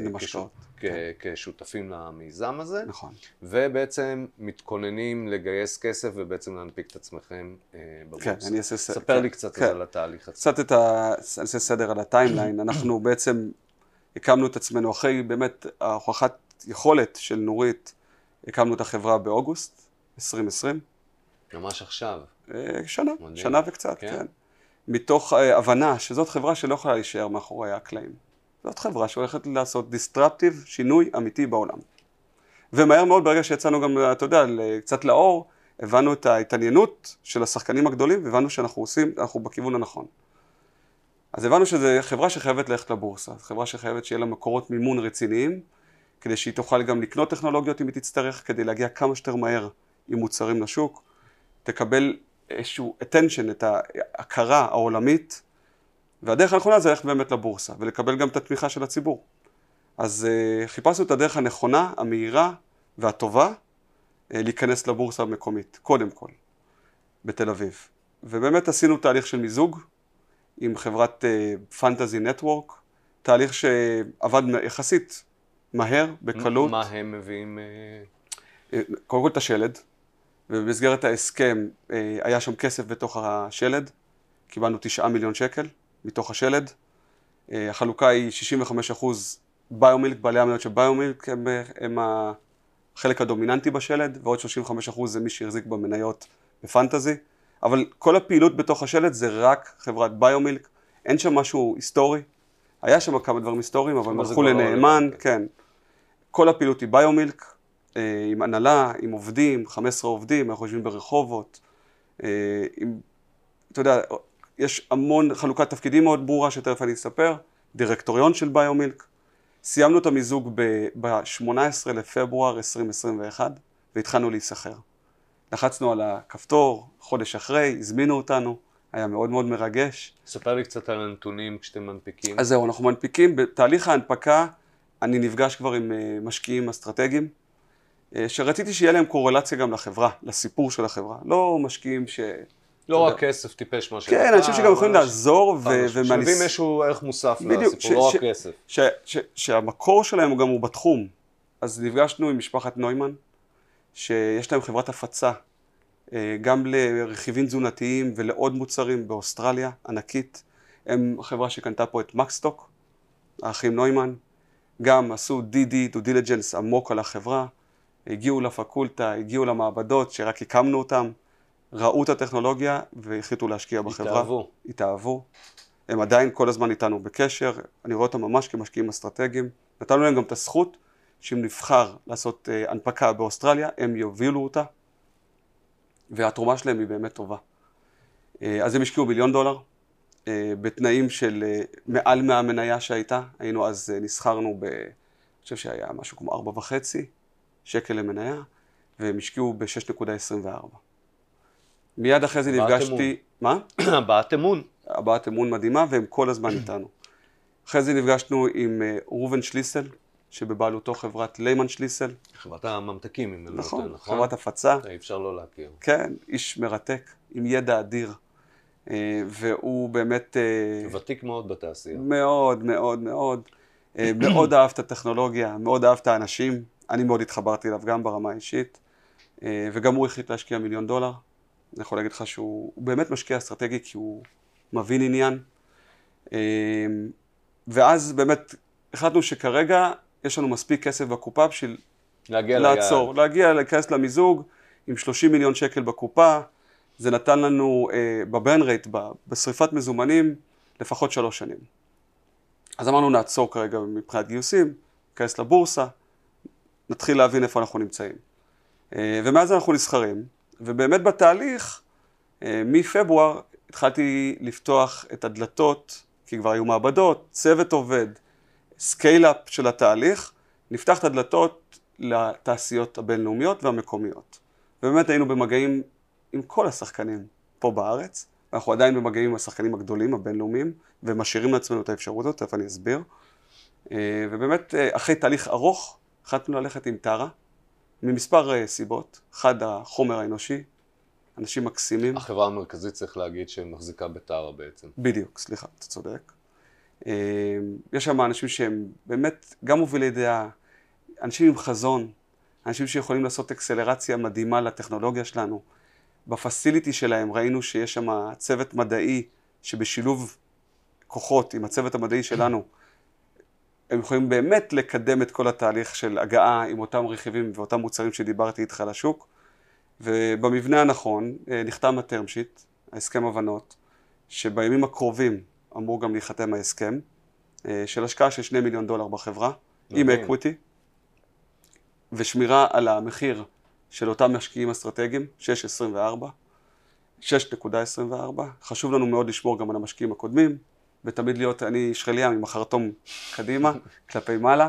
כשותפים למיזם הזה. נכון. ובעצם מתכוננים לגייס כסף ובעצם להנפיק את עצמכם בבורסה. כן, אני אעשה סדר. ספר לי קצת על התהליך.
קצת אני אעשה סדר על הטיימליין. אנחנו בעצם הקמנו את עצמנו אחרי באמת ההוכחת יכולת של נורית, הקמנו את החברה באוגוסט 2020.
ממש עכשיו.
שנה וקצת, כן. מתוך הבנה שזאת חברה שלא יכולה להישאר מאחורי הקלעים. זאת חברה שהולכת לעשות דיסטרפטיב, שינוי אמיתי בעולם. ומהר מאוד ברגע שיצאנו גם, אתה יודע, קצת לאור, הבנו את ההתעניינות של השחקנים הגדולים, והבנו אנחנו בכיוון הנכון. אז הבנו שזו חברה שחייבת ללכת לבורסה, חברה שחייבת שיהיה לה מקורות מימון רציניים, כדי שהיא תוכל גם לקנות טכנולוגיות אם היא תצטרך, כדי להגיע כמה שיותר מהר עם מוצרים לשוק. תקבל איזשהו attention, את ההכרה העולמית, והדרך הנכונה זה ללכת באמת לבורסה, ולקבל גם את התמיכה של הציבור. אז חיפשנו את הדרך הנכונה, המהירה והטובה, להיכנס לבורסה המקומית, קודם כל, בתל אביב. ובאמת עשינו תהליך של מיזוג, עם חברת פנטזי נטוורק, תהליך שעבד יחסית מהר, בקלות.
מה הם מביאים?
קודם כל את השלד. ובמסגרת ההסכם היה שם כסף בתוך השלד, קיבלנו 9 מיליון שקל מתוך השלד. החלוקה היא 65% ביומילק, בעלי המניות של ביומילק הם החלק הדומיננטי בשלד, ועוד 35% זה מי שהחזיק במניות בפנטזי. אבל כל הפעילות בתוך השלד זה רק חברת ביומילק, אין שם משהו היסטורי. היה שם כמה דברים היסטוריים, אבל הלכו לנאמן, כן. כל הפעילות היא ביומילק. עם הנהלה, עם עובדים, 15 עובדים, אנחנו יושבים ברחובות, אתה יודע, יש המון חלוקת תפקידים מאוד ברורה שתכף אני אספר, דירקטוריון של ביומילק. סיימנו את המיזוג ב-18 לפברואר 2021 והתחלנו להיסחר. לחצנו על הכפתור, חודש אחרי, הזמינו אותנו, היה מאוד מאוד מרגש.
ספר לי קצת על הנתונים כשאתם מנפיקים.
אז זהו, אנחנו מנפיקים, בתהליך ההנפקה אני נפגש כבר עם משקיעים אסטרטגיים, שרציתי שיהיה להם קורלציה גם לחברה, לסיפור של החברה. לא משקיעים
לא רק כסף, טיפש מה
כן, אני חושב שגם יכולים לעזור
שמביאים איזשהו ערך מוסף לסיפור, לא רק כסף.
שהמקור שלהם גם הוא בתחום. אז נפגשנו עם משפחת נוימן, שיש להם חברת הפצה גם לרכיבים תזונתיים ולעוד מוצרים באוסטרליה, ענקית. הם חברה שקנתה פה את מקסטוק, האחים נוימן, גם עשו DD, due diligence עמוק על החברה, הגיעו לפקולטה, הגיעו למעבדות שרק הקמנו אותם, ראו את הטכנולוגיה והחליטו להשקיע בחברה. התאהבו. הם עדיין כל הזמן איתנו בקשר, אני רואה אותם ממש כמשקיעים אסטרטגיים. נתנו להם גם את הזכות שאם נבחר לעשות הנפקה באוסטרליה, הם יובילו אותה, והתרומה שלהם היא באמת טובה. אז הם השקיעו $1 מיליון, בתנאים של מעל מהמניה שהייתה. היינו אז נסחרנו אני חושב שהיה משהו כמו 4.5 שקל למניה, והם השקיעו ב-6.24. מיד אחרי זה נפגשתי... מה?
הבעת אמון.
הבעת אמון מדהימה, והם כל הזמן איתנו. אחרי זה נפגשנו עם ראובן שליסל, שבבעלותו חברת ליימן שליסל.
חברת הממתקים, אם אני לא טועה,
נכון? חברת הפצה.
אי אפשר לא להכיר.
כן, איש מרתק, עם ידע אדיר. והוא באמת...
ותיק מאוד בתעשייה.
מאוד, מאוד, מאוד. מאוד אהב את הטכנולוגיה, מאוד אהב את האנשים. אני מאוד התחברתי אליו גם ברמה האישית. וגם הוא החליט להשקיע $1 מיליון. אני יכול להגיד לך שהוא באמת משקיע אסטרטגי, כי הוא מבין עניין. ואז באמת החלטנו שכרגע יש לנו מספיק כסף בקופה בשביל לעצור, להיכנס למיזוג עם 30 מיליון שקל בקופה. זה נתן לנו בברן רייט, בשריפת מזומנים, לפחות 3 שנים. אז אמרנו נעצור כרגע מבחינת גיוסים, נכנס לבורסה, נתחיל להבין איפה אנחנו נמצאים. ומאז אנחנו נסחרים, ובאמת בתהליך, מפברואר התחלתי לפתוח את הדלתות, כי כבר היו מעבדות, צוות עובד, סקייל-אפ של התהליך, נפתח את הדלתות לתעשיות הבינלאומיות והמקומיות. ובאמת היינו במגעים עם כל השחקנים פה בארץ, אנחנו עדיין במגעים עם השחקנים הגדולים, הבינלאומיים, ומשאירים לעצמנו את האפשרות הזאת, איפה אני אסביר. ובאמת, אחרי תהליך ארוך, החלטנו ללכת עם טרה, ממספר סיבות. אחד, החומר האנושי, אנשים מקסימים.
החברה המרכזית צריך להגיד שמחזיקה בטרה בעצם.
בדיוק, סליחה, אתה צודק. יש שם אנשים שהם באמת גם מובילי דעה, אנשים עם חזון, אנשים שיכולים לעשות אקסלרציה מדהימה לטכנולוגיה שלנו. בפסיליטי שלהם ראינו שיש שם צוות מדעי שבשילוב כוחות עם הצוות המדעי שלנו, הם יכולים באמת לקדם את כל התהליך של הגעה עם אותם רכיבים ואותם מוצרים שדיברתי איתך לשוק. ובמבנה הנכון נחתם הטרם שיט, ההסכם הבנות, שבימים הקרובים אמור גם להיחתם ההסכם, של השקעה של $2 מיליון בחברה, עם אקוויטי, ושמירה על המחיר של אותם משקיעים אסטרטגיים, 6.24. חשוב לנו מאוד לשמור גם על המשקיעים הקודמים, ותמיד להיות, אני שחליה ממחרתום קדימה, כלפי מעלה.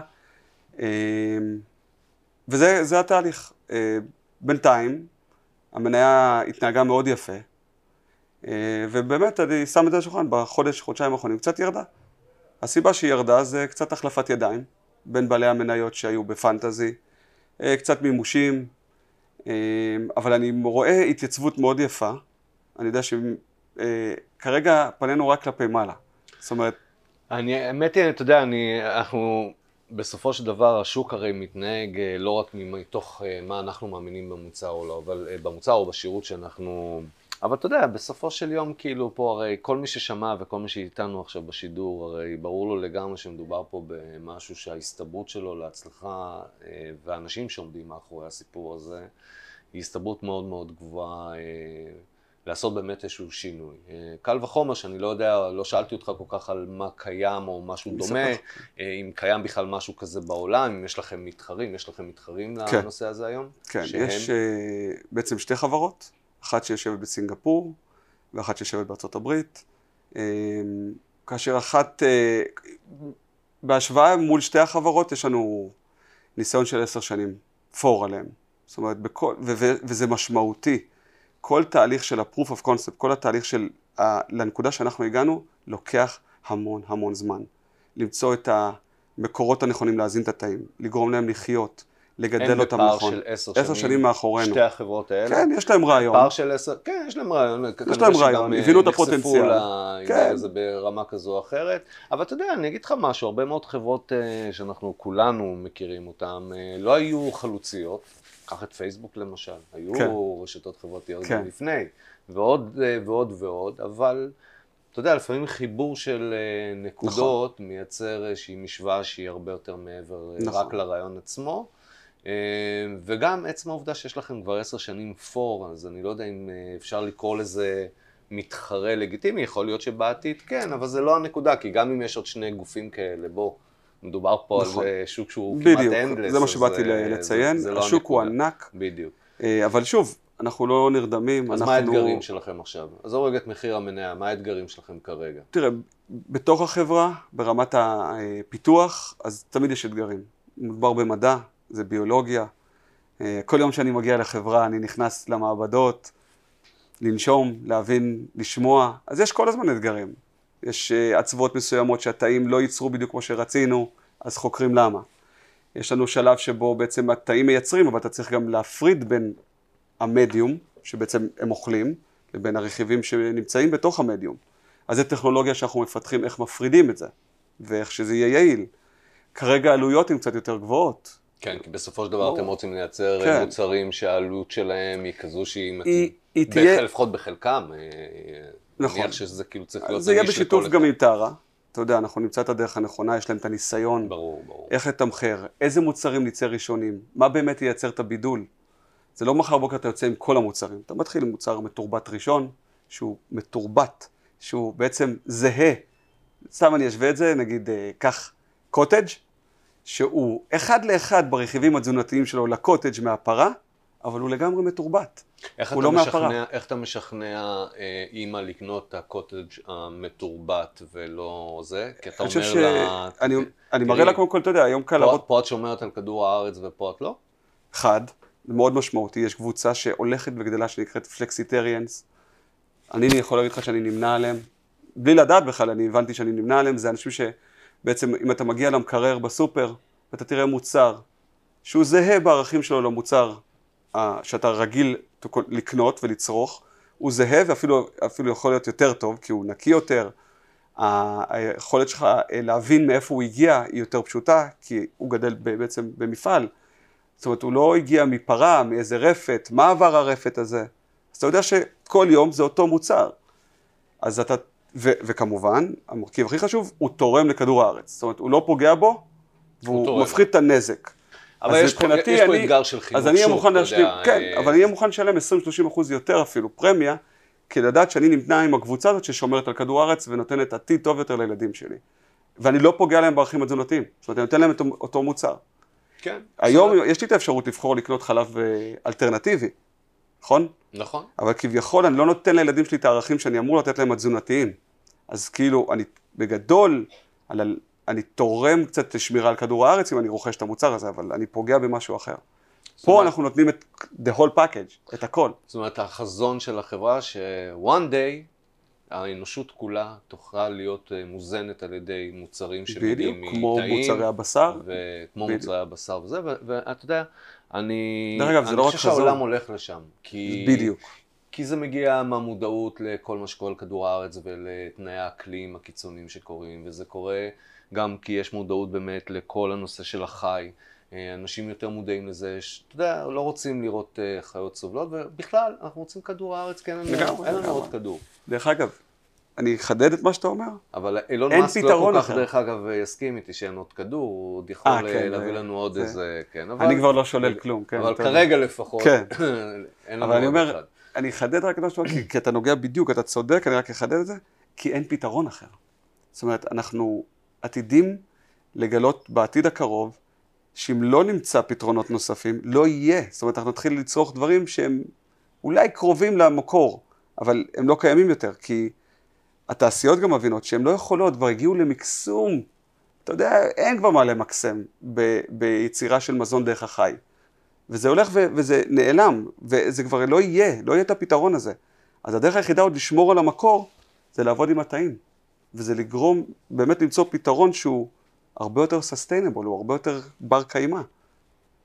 וזה התהליך. בינתיים, המניה התנהגה מאוד יפה, ובאמת אני שם את זה לשולחן, חודשיים האחרונים קצת ירדה. הסיבה שהיא ירדה זה קצת החלפת ידיים, בין בעלי המניות שהיו בפנטזי, קצת מימושים, אבל אני רואה התייצבות מאוד יפה. אני יודע שכרגע פנינו רק כלפי מעלה. זאת אומרת...
האמת היא, אתה יודע, אנחנו בסופו של דבר השוק הרי מתנהג לא רק מתוך מה אנחנו מאמינים במוצר או לא, אבל במוצר או בשירות שאנחנו... אבל אתה יודע, בסופו של יום כאילו פה הרי כל מי ששמע וכל מי שאיתנו עכשיו בשידור, הרי ברור לו לגמרי שמדובר פה במשהו שההסתברות שלו להצלחה והאנשים שעומדים מאחורי הסיפור הזה, היא הסתברות מאוד מאוד גבוהה לעשות באמת איזשהו שינוי. קל וחומר שאני לא יודע, לא שאלתי אותך כל כך על מה קיים או משהו דומה, אם קיים בכלל משהו כזה בעולם, אם יש לכם מתחרים לנושא הזה היום?
כן, יש בעצם 2 חברות. אחת שיושבת בסינגפור, ואחת שיושבת בארצות הברית. כאשר אחת, בהשוואה מול 2 החברות, יש לנו ניסיון של 10 שנים, פור עליהם. זאת אומרת, וזה משמעותי. כל תהליך של ה-proof of concept, כל התהליך של, לנקודה שאנחנו הגענו, לוקח המון המון זמן. למצוא את המקורות הנכונים להזין את התאים, לגרום להם לחיות, לגדל אותם נכון.
הם בפער של
10 שנים מאחורינו.
שתי החברות האלה.
כן, יש להם רעיון.
פער של 10, כן, יש להם רעיון.
יש להם רעיון, הבינו את הפוטנציאל.
נחשפו לעניין הזה ברמה כזו או אחרת. אבל אתה יודע, אני אגיד לך משהו, הרבה מאוד חברות שאנחנו כולנו מכירים אותן, לא היו חלוציות. קח את פייסבוק למשל, היו רשתות חברתיות גם לפני, ועוד ועוד ועוד, אבל אתה יודע, לפעמים חיבור של נקודות מייצר איזושהי משוואה שהיא הרבה יותר מעבר רק לרעיון עצמו, וגם עצם העובדה שיש לכם כבר 10 שנים פור, אז אני לא יודע אם אפשר לקרוא לזה מתחרה לגיטימי, יכול להיות שבעתיד כן, אבל זה לא הנקודה, כי גם אם יש עוד 2 גופים כאלה, בוא, מדובר פה על שוק שהוא כמעט אנדלס.
בדיוק, זה מה שבאתי לציין, השוק הוא ענק.
בדיוק.
אבל שוב, אנחנו לא נרדמים.
אז מה האתגרים שלכם עכשיו? עזוב רגע את מחיר המניה, מה האתגרים שלכם כרגע?
תראה, בתוך החברה, ברמת הפיתוח, אז תמיד יש אתגרים. מדובר במדע, זה ביולוגיה. כל יום שאני מגיע לחברה, אני נכנס למעבדות, לנשום, להבין, לשמוע. אז יש כל הזמן אתגרים. יש עצבות מסוימות שהתאים לא ייצרו בדיוק כמו שרצינו, אז חוקרים למה. יש לנו שלב שבו בעצם התאים מייצרים, אבל אתה צריך גם להפריד בין המדיום, שבעצם הם אוכלים, לבין הרכיבים שנמצאים בתוך המדיום. אז זו טכנולוגיה שאנחנו מפתחים איך מפרידים את זה, ואיך שזה יהיה יעיל. כרגע העלויות הן קצת יותר גבוהות.
כן, כי בסופו של דבר אתם רוצים לייצר מוצרים שהעלות שלהם היא כזו שהיא לפחות בחלקם.
נכון.
נניח שזה כאילו צריך להיות...
זה יהיה בשיתוף גם עם טרה. אתה יודע, אנחנו נמצא את הדרך הנכונה, יש להם את הניסיון.
ברור, ברור.
איך לתמחר, איזה מוצרים ניצר ראשונים, מה באמת ייצר את הבידול. זה לא מחר בוקר אתה יוצא עם כל המוצרים. אתה מתחיל עם מוצר מתורבת ראשון, שהוא מתורבת, שהוא בעצם זהה. סתם אני אשווה את זה, נגיד, כך קוטג', שהוא אחד לאחד ברכיבים התזונתיים שלו לקוטג' מהפרה, אבל הוא לגמרי מתורבת. הוא לא מהפרה.
איך אתה משכנע אימא לקנות את הקוטג' המתורבת ולא זה? כי אתה אומר לה...
אני מראה לה קודם כל, אתה יודע, היום קל לראות...
פה את שומרת על כדור הארץ ופה את לא?
אחד, זה מאוד משמעותי, יש קבוצה שהולכת וגדלה שנקראת פלקסיטריאנס. אני יכול להגיד לך שאני נמנע עליהם. בלי לדעת בכלל, אני הבנתי שאני נמנע עליהם, זה אנשים שבעצם אם אתה מגיע למקרר בסופר, ואתה תראה מוצר, שהוא זהה בערכים שלו למוצר שאתה רגיל לקנות ולצרוך, הוא זהה ואפילו יכול להיות יותר טוב, כי הוא נקי יותר. היכולת שלך להבין מאיפה הוא הגיע היא יותר פשוטה, כי הוא גדל בעצם במפעל. זאת אומרת, הוא לא הגיע מפרה, מאיזה רפת, מה עבר הרפת הזה. אז אתה יודע שכל יום זה אותו מוצר. אז אתה, וכמובן, המרכיב הכי חשוב, הוא תורם לכדור הארץ. זאת אומרת, הוא לא פוגע בו, והוא מפחית את הנזק.
אבל יש פה אתגר של חינוך
שוב, כן, אבל אני אהיה מוכן לשלם 20-30% יותר אפילו פרמיה, כדי לדעת שאני נמנה עם הקבוצה הזאת ששומרת על כדור הארץ ונותנת עתיד טוב יותר לילדים שלי. ואני לא פוגע להם בערכים התזונתיים, זאת אומרת, אני נותן להם את אותו מוצר.
כן.
היום יש לי את האפשרות לבחור לקנות חלב אלטרנטיבי, נכון?
נכון.
אבל כביכול אני לא נותן לילדים שלי את הערכים שאני אמור לתת להם התזונתיים. אז כאילו, אני בגדול, אני תורם קצת שמירה על כדור הארץ אם אני רוכש את המוצר הזה, אבל אני פוגע במשהו אחר. פה אנחנו נותנים את the whole package, את הכל.
זאת אומרת, החזון של החברה ש-one day האנושות כולה תוכל להיות מוזנת על ידי מוצרים שמגיעים מתאים.
כמו מוצרי הבשר.
וכמו מוצרי הבשר וזה, ואתה יודע, אני חושב
חזון.
שהעולם הולך לשם.
בדיוק.
כי זה מגיע מהמודעות לכל מה שקורה על כדור הארץ ולתנאי האקלים הקיצוניים שקורים, וזה קורה גם כי יש מודעות באמת לכל הנושא של החי. אנשים יותר מודעים לזה, אתה יודע, לא רוצים לראות חיות סובלות, ובכלל, אנחנו רוצים כדור הארץ, כן, אין לנו עוד כדור.
דרך אגב, אני אחדד את מה שאתה אומר.
אבל אילון מאסק לא כל כך, דרך אגב, יסכים איתי שאין עוד כדור, הוא עוד יכול להביא לנו עוד איזה, כן.
אני כבר לא שולל כלום, כן.
אבל כרגע לפחות, אין לנו עוד אחד.
אני אחדד רק את מה שאתה אומר, כי אתה נוגע בדיוק, אתה צודק, אני רק אחדד את זה, כי אין פתרון אחר. זאת אומרת, אנחנו עתידים לגלות בעתיד הקרוב, שאם לא נמצא פתרונות נוספים, לא יהיה. זאת אומרת, אנחנו נתחיל לצרוך דברים שהם אולי קרובים למקור, אבל הם לא קיימים יותר, כי התעשיות גם מבינות שהן לא יכולות, כבר הגיעו למקסום. אתה יודע, אין כבר מה למקסם ביצירה של מזון דרך החי. וזה הולך וזה נעלם, וזה כבר לא יהיה את הפתרון הזה. אז הדרך היחידה עוד לשמור על המקור, זה לעבוד עם התאים. וזה לגרום, באמת למצוא פתרון שהוא הרבה יותר sustainable, הוא הרבה יותר בר קיימא.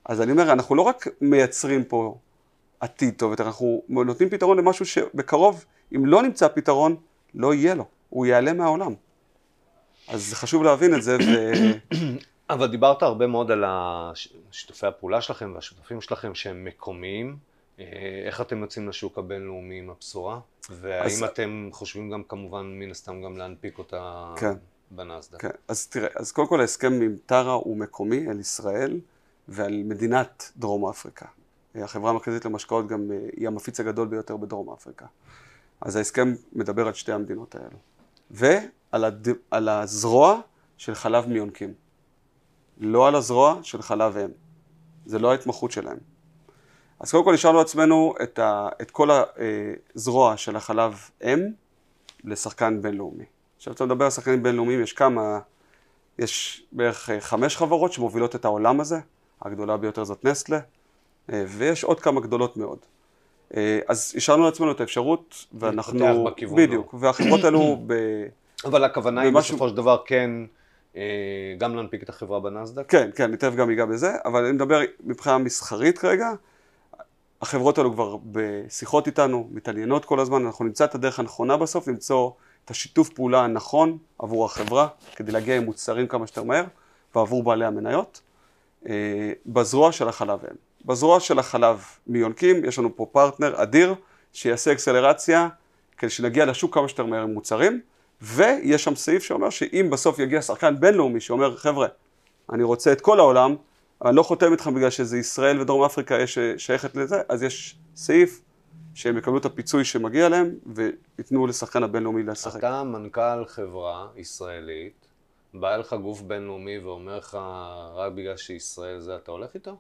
אז אני אומר, אנחנו לא רק מייצרים פה עתיד טוב יותר, אנחנו נותנים פתרון למשהו שבקרוב, אם לא נמצא פתרון, לא יהיה לו, הוא ייעלם מהעולם. אז חשוב להבין את זה,
אבל דיברת הרבה מאוד על שיתופי הפעולה שלכם והשותפים שלכם שהם מקומיים. איך אתם יוצאים לשוק הבינלאומי עם הבשורה? והאם אתם חושבים גם כמובן מן הסתם גם להנפיק אותה בנסדק?
כן, אז תראה, אז קודם כל ההסכם עם טרה הוא מקומי על ישראל ועל מדינת דרום אפריקה. החברה המרכזית למשקאות גם היא המפיץ הגדול ביותר בדרום אפריקה. אז ההסכם מדבר על שתי המדינות האלו. ועל הזרוע של חלב מיונקים. לא על הזרוע של חלב אם. זה לא ההתמחות שלהם. אז קודם כל השארנו לעצמנו את כל הזרוע של החלב אם לשחקן בינלאומי. עכשיו אתה מדבר על שחקנים בינלאומיים, יש בערך 5 חברות שמובילות את העולם הזה, הגדולה ביותר זאת נסטלה, ויש עוד כמה גדולות מאוד. אז השארנו לעצמנו את האפשרות, ואנחנו...
להתפתח בכיוון.
בדיוק, והחברות האלו
אבל הכוונה היא בסופו של דבר כן, גם להנפיק את החברה בנסדק?
כן, כן, ניתן גם ייגע בזה, אבל אני מדבר מבחינה מסחרית כרגע, החברות האלו כבר בשיחות איתנו, מתעניינות כל הזמן, אנחנו נמצא את הדרך הנכונה בסוף, למצוא את השיתוף פעולה הנכון עבור החברה, כדי להגיע עם מוצרים כמה שיותר מהר, ועבור בעלי המניות, בזרוע של החלב אם. בזרוע של החלב מיונקים, יש לנו פה פרטנר אדיר, שיעשה אקסלרציה, כדי שנגיע לשוק כמה שיותר מהר עם מוצרים, ויש שם סעיף שאומר שאם בסוף יגיע שחקן בינלאומי, שאומר, חבר'ה, אני רוצה את כל העולם, אני לא חותם איתכם בגלל שזה ישראל ודרום אפריקה יש שייכת לזה, אז יש סעיף שהם יקבלו את הפיצוי שמגיע להם, ויתנו לשחקן הבינלאומי לשחק.
אתה מנכ"ל חברה ישראלית, בא לך גוף בינלאומי ואומר לך, רק בגלל שישראל זה אתה הולך איתו?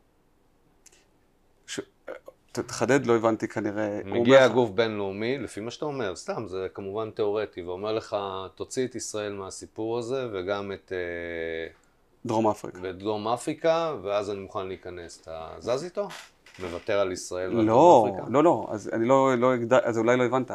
תחדד, לא הבנתי כנראה.
מגיע גוף בינלאומי, לפי מה שאתה אומר, סתם, זה כמובן תיאורטי, ואומר לך, תוציא את ישראל מהסיפור הזה, וגם את...
דרום אפריקה.
ודרום אפריקה, ואז אני מוכן להיכנס. אתה זז איתו? מוותר על ישראל ועל דרום אפריקה?
לא, אז אני אז אולי לא הבנת.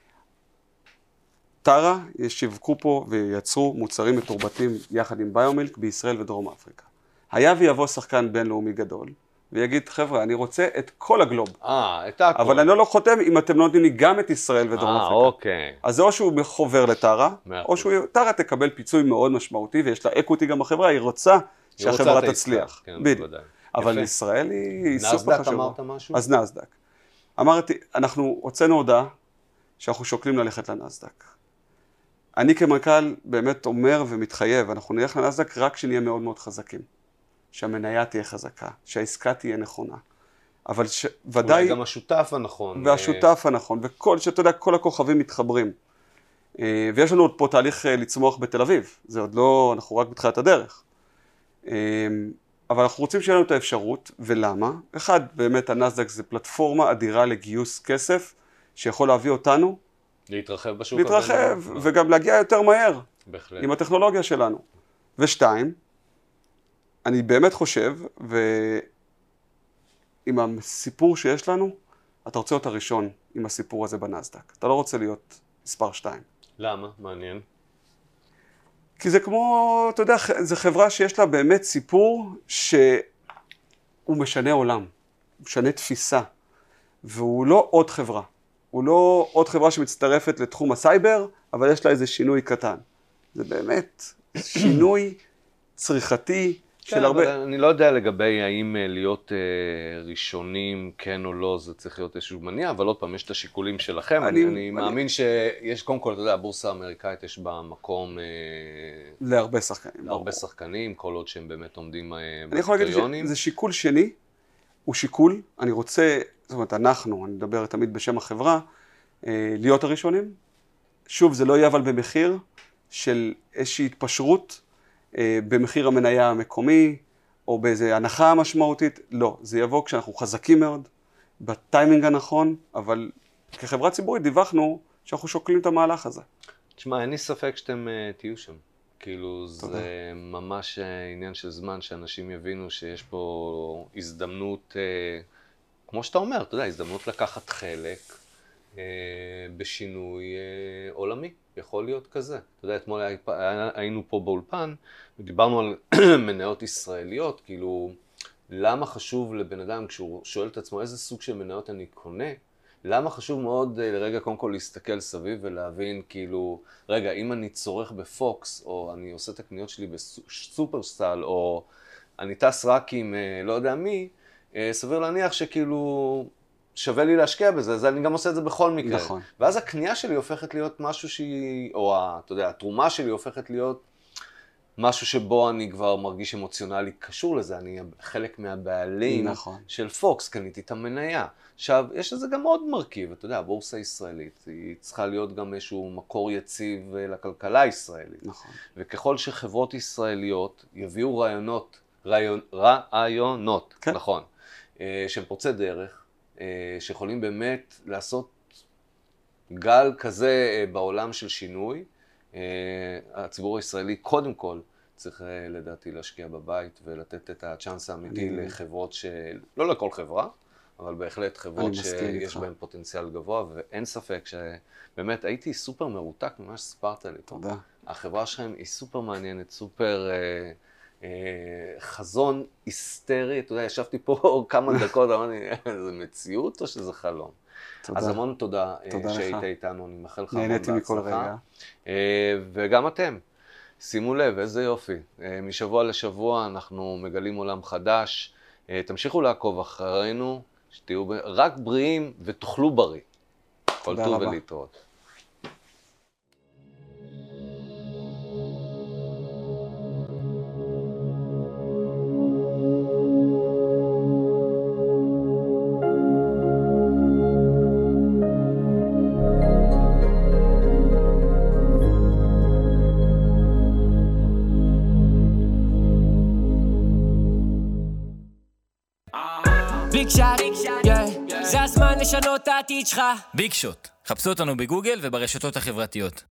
טרה ישווקו פה וייצרו מוצרים מתורבתים יחד עם ביומילק בישראל ודרום אפריקה. היה ויבוא שחקן בינלאומי גדול, ויגיד, חבר'ה, אני רוצה את כל הגלוב.
את הכל.
אבל אני לא חותם אם אתם לא נותנים לי גם את ישראל ודרום אפריקה.
אוקיי.
אז זה או שהוא חובר לטרה, או טרה תקבל פיצוי מאוד משמעותי, ויש לה אקוטי גם בחברה, היא רוצה שהחברה תצליח.
בדיוק.
אבל ישראל היא סופר חשובה.
נסדק אמרת משהו?
אז נסדק. אמרתי, אנחנו הוצאנו הודעה שאנחנו שוקלים ללכת לנסדק. אני כמנכ"ל באמת אומר ומתחייב, אנחנו נלך לנסדק רק שנהיה מאוד מאוד חזקים. שהמניה תהיה חזקה, שהעסקה תהיה נכונה. אבל ודאי...
אולי גם השותף הנכון.
והשותף הנכון, וכל, שאתה יודע, כל הכוכבים מתחברים. ויש לנו עוד פה תהליך לצמוח בתל אביב. זה עוד לא, אנחנו רק בתחילת הדרך. אבל אנחנו רוצים שיהיה לנו את האפשרות, ולמה? אחד, באמת הנסדק זה פלטפורמה אדירה לגיוס כסף, שיכול להביא אותנו...
להתרחב בשוק.
להתרחב, וגם להגיע יותר מהר.
בהחלט.
עם הטכנולוגיה שלנו. ושתיים, אני באמת חושב, ועם הסיפור שיש לנו, אתה רוצה להיות הראשון עם הסיפור הזה בנסדק. אתה לא רוצה להיות מספר 2.
למה? מעניין.
כי זה כמו, אתה יודע, זו חברה שיש לה באמת סיפור שהוא משנה עולם, הוא משנה תפיסה, והוא לא עוד חברה. הוא לא עוד חברה שמצטרפת לתחום הסייבר, אבל יש לה איזה שינוי קטן. זה באמת שינוי צריכתי,
כן, אבל אני לא יודע לגבי האם להיות ראשונים, כן או לא, זה צריך להיות איזשהו מניע, אבל עוד פעם, יש את השיקולים שלכם. אני מאמין שיש, קודם כל, אתה יודע, הבורסה האמריקאית יש בה מקום...
להרבה שחקנים.
להרבה שחקנים, כל עוד שהם באמת עומדים בקריטריונים.
אני יכול להגיד שזה שיקול שני, הוא שיקול, אני רוצה, זאת אומרת, אנחנו, אני מדבר תמיד בשם החברה, להיות הראשונים. שוב, זה לא יהיה אבל במחיר של איזושהי התפשרות, במחיר המניה המקומי, או באיזו הנחה משמעותית, לא. זה יבוא כשאנחנו חזקים מאוד, בטיימינג הנכון, אבל כחברה ציבורית דיווחנו שאנחנו שוקלים את המהלך הזה.
תשמע, אין לי ספק שאתם תהיו שם. כאילו, זה ממש עניין של זמן שאנשים יבינו שיש פה הזדמנות, כמו שאתה אומר, אתה יודע, הזדמנות לקחת חלק בשינוי עולמי. יכול להיות כזה. אתה יודע, אתמול היינו פה באולפן, ודיברנו על מניות ישראליות, כאילו, למה חשוב לבן אדם, כשהוא שואל את עצמו איזה סוג של מניות אני קונה, למה חשוב מאוד לרגע קודם כל להסתכל סביב ולהבין כאילו, רגע, אם אני צורך בפוקס, או אני עושה את הקניות שלי בסופרסטל, או אני טס רק עם לא יודע מי, סביר להניח שכאילו שווה לי להשקיע בזה, אז אני גם עושה את זה בכל מקרה.
נכון.
ואז הקנייה שלי הופכת להיות משהו שהיא, או אתה יודע, התרומה שלי הופכת להיות משהו שבו אני כבר מרגיש אמוציונלי קשור לזה, אני חלק מהבעלים
נכון.
של פוקס, קניתי את המניה. עכשיו, יש לזה גם עוד מרכיב, אתה יודע, הבורסה הישראלית, היא צריכה להיות גם איזשהו מקור יציב לכלכלה הישראלית.
נכון.
וככל שחברות ישראליות יביאו רעיונות,
כן.
נכון, שהם פורצי דרך, שיכולים באמת לעשות גל כזה בעולם של שינוי, הציבור הישראלי קודם כל צריך לדעתי להשקיע בבית ולתת את הצ'אנס האמיתי לחברות לא לכל חברה, אבל בהחלט חברות שיש בהן פוטנציאל גבוה, ואין ספק שבאמת הייתי סופר מרותק ממה שסיפרת לי.
תודה. החברה
שלכם היא סופר מעניינת, סופר חזון היסטרי, אתה יודע, ישבתי פה כמה דקות, אמרתי, זה מציאות או שזה חלום? תודה. אז המון תודה שהיית איתנו, אני מאחל לך המון בהצלחה.
נהניתי מכל רגע.
וגם אתם, שימו לב, איזה יופי. משבוע לשבוע אנחנו מגלים עולם חדש. תמשיכו לעקוב אחרינו, שתהיו רק בריאים ותאכלו בריא. כל טוב ולהתראות.
ביג שוט, זה הזמן לשנות את העתיד שלך.
ביג שוט, חפשו אותנו בגוגל וברשתות החברתיות.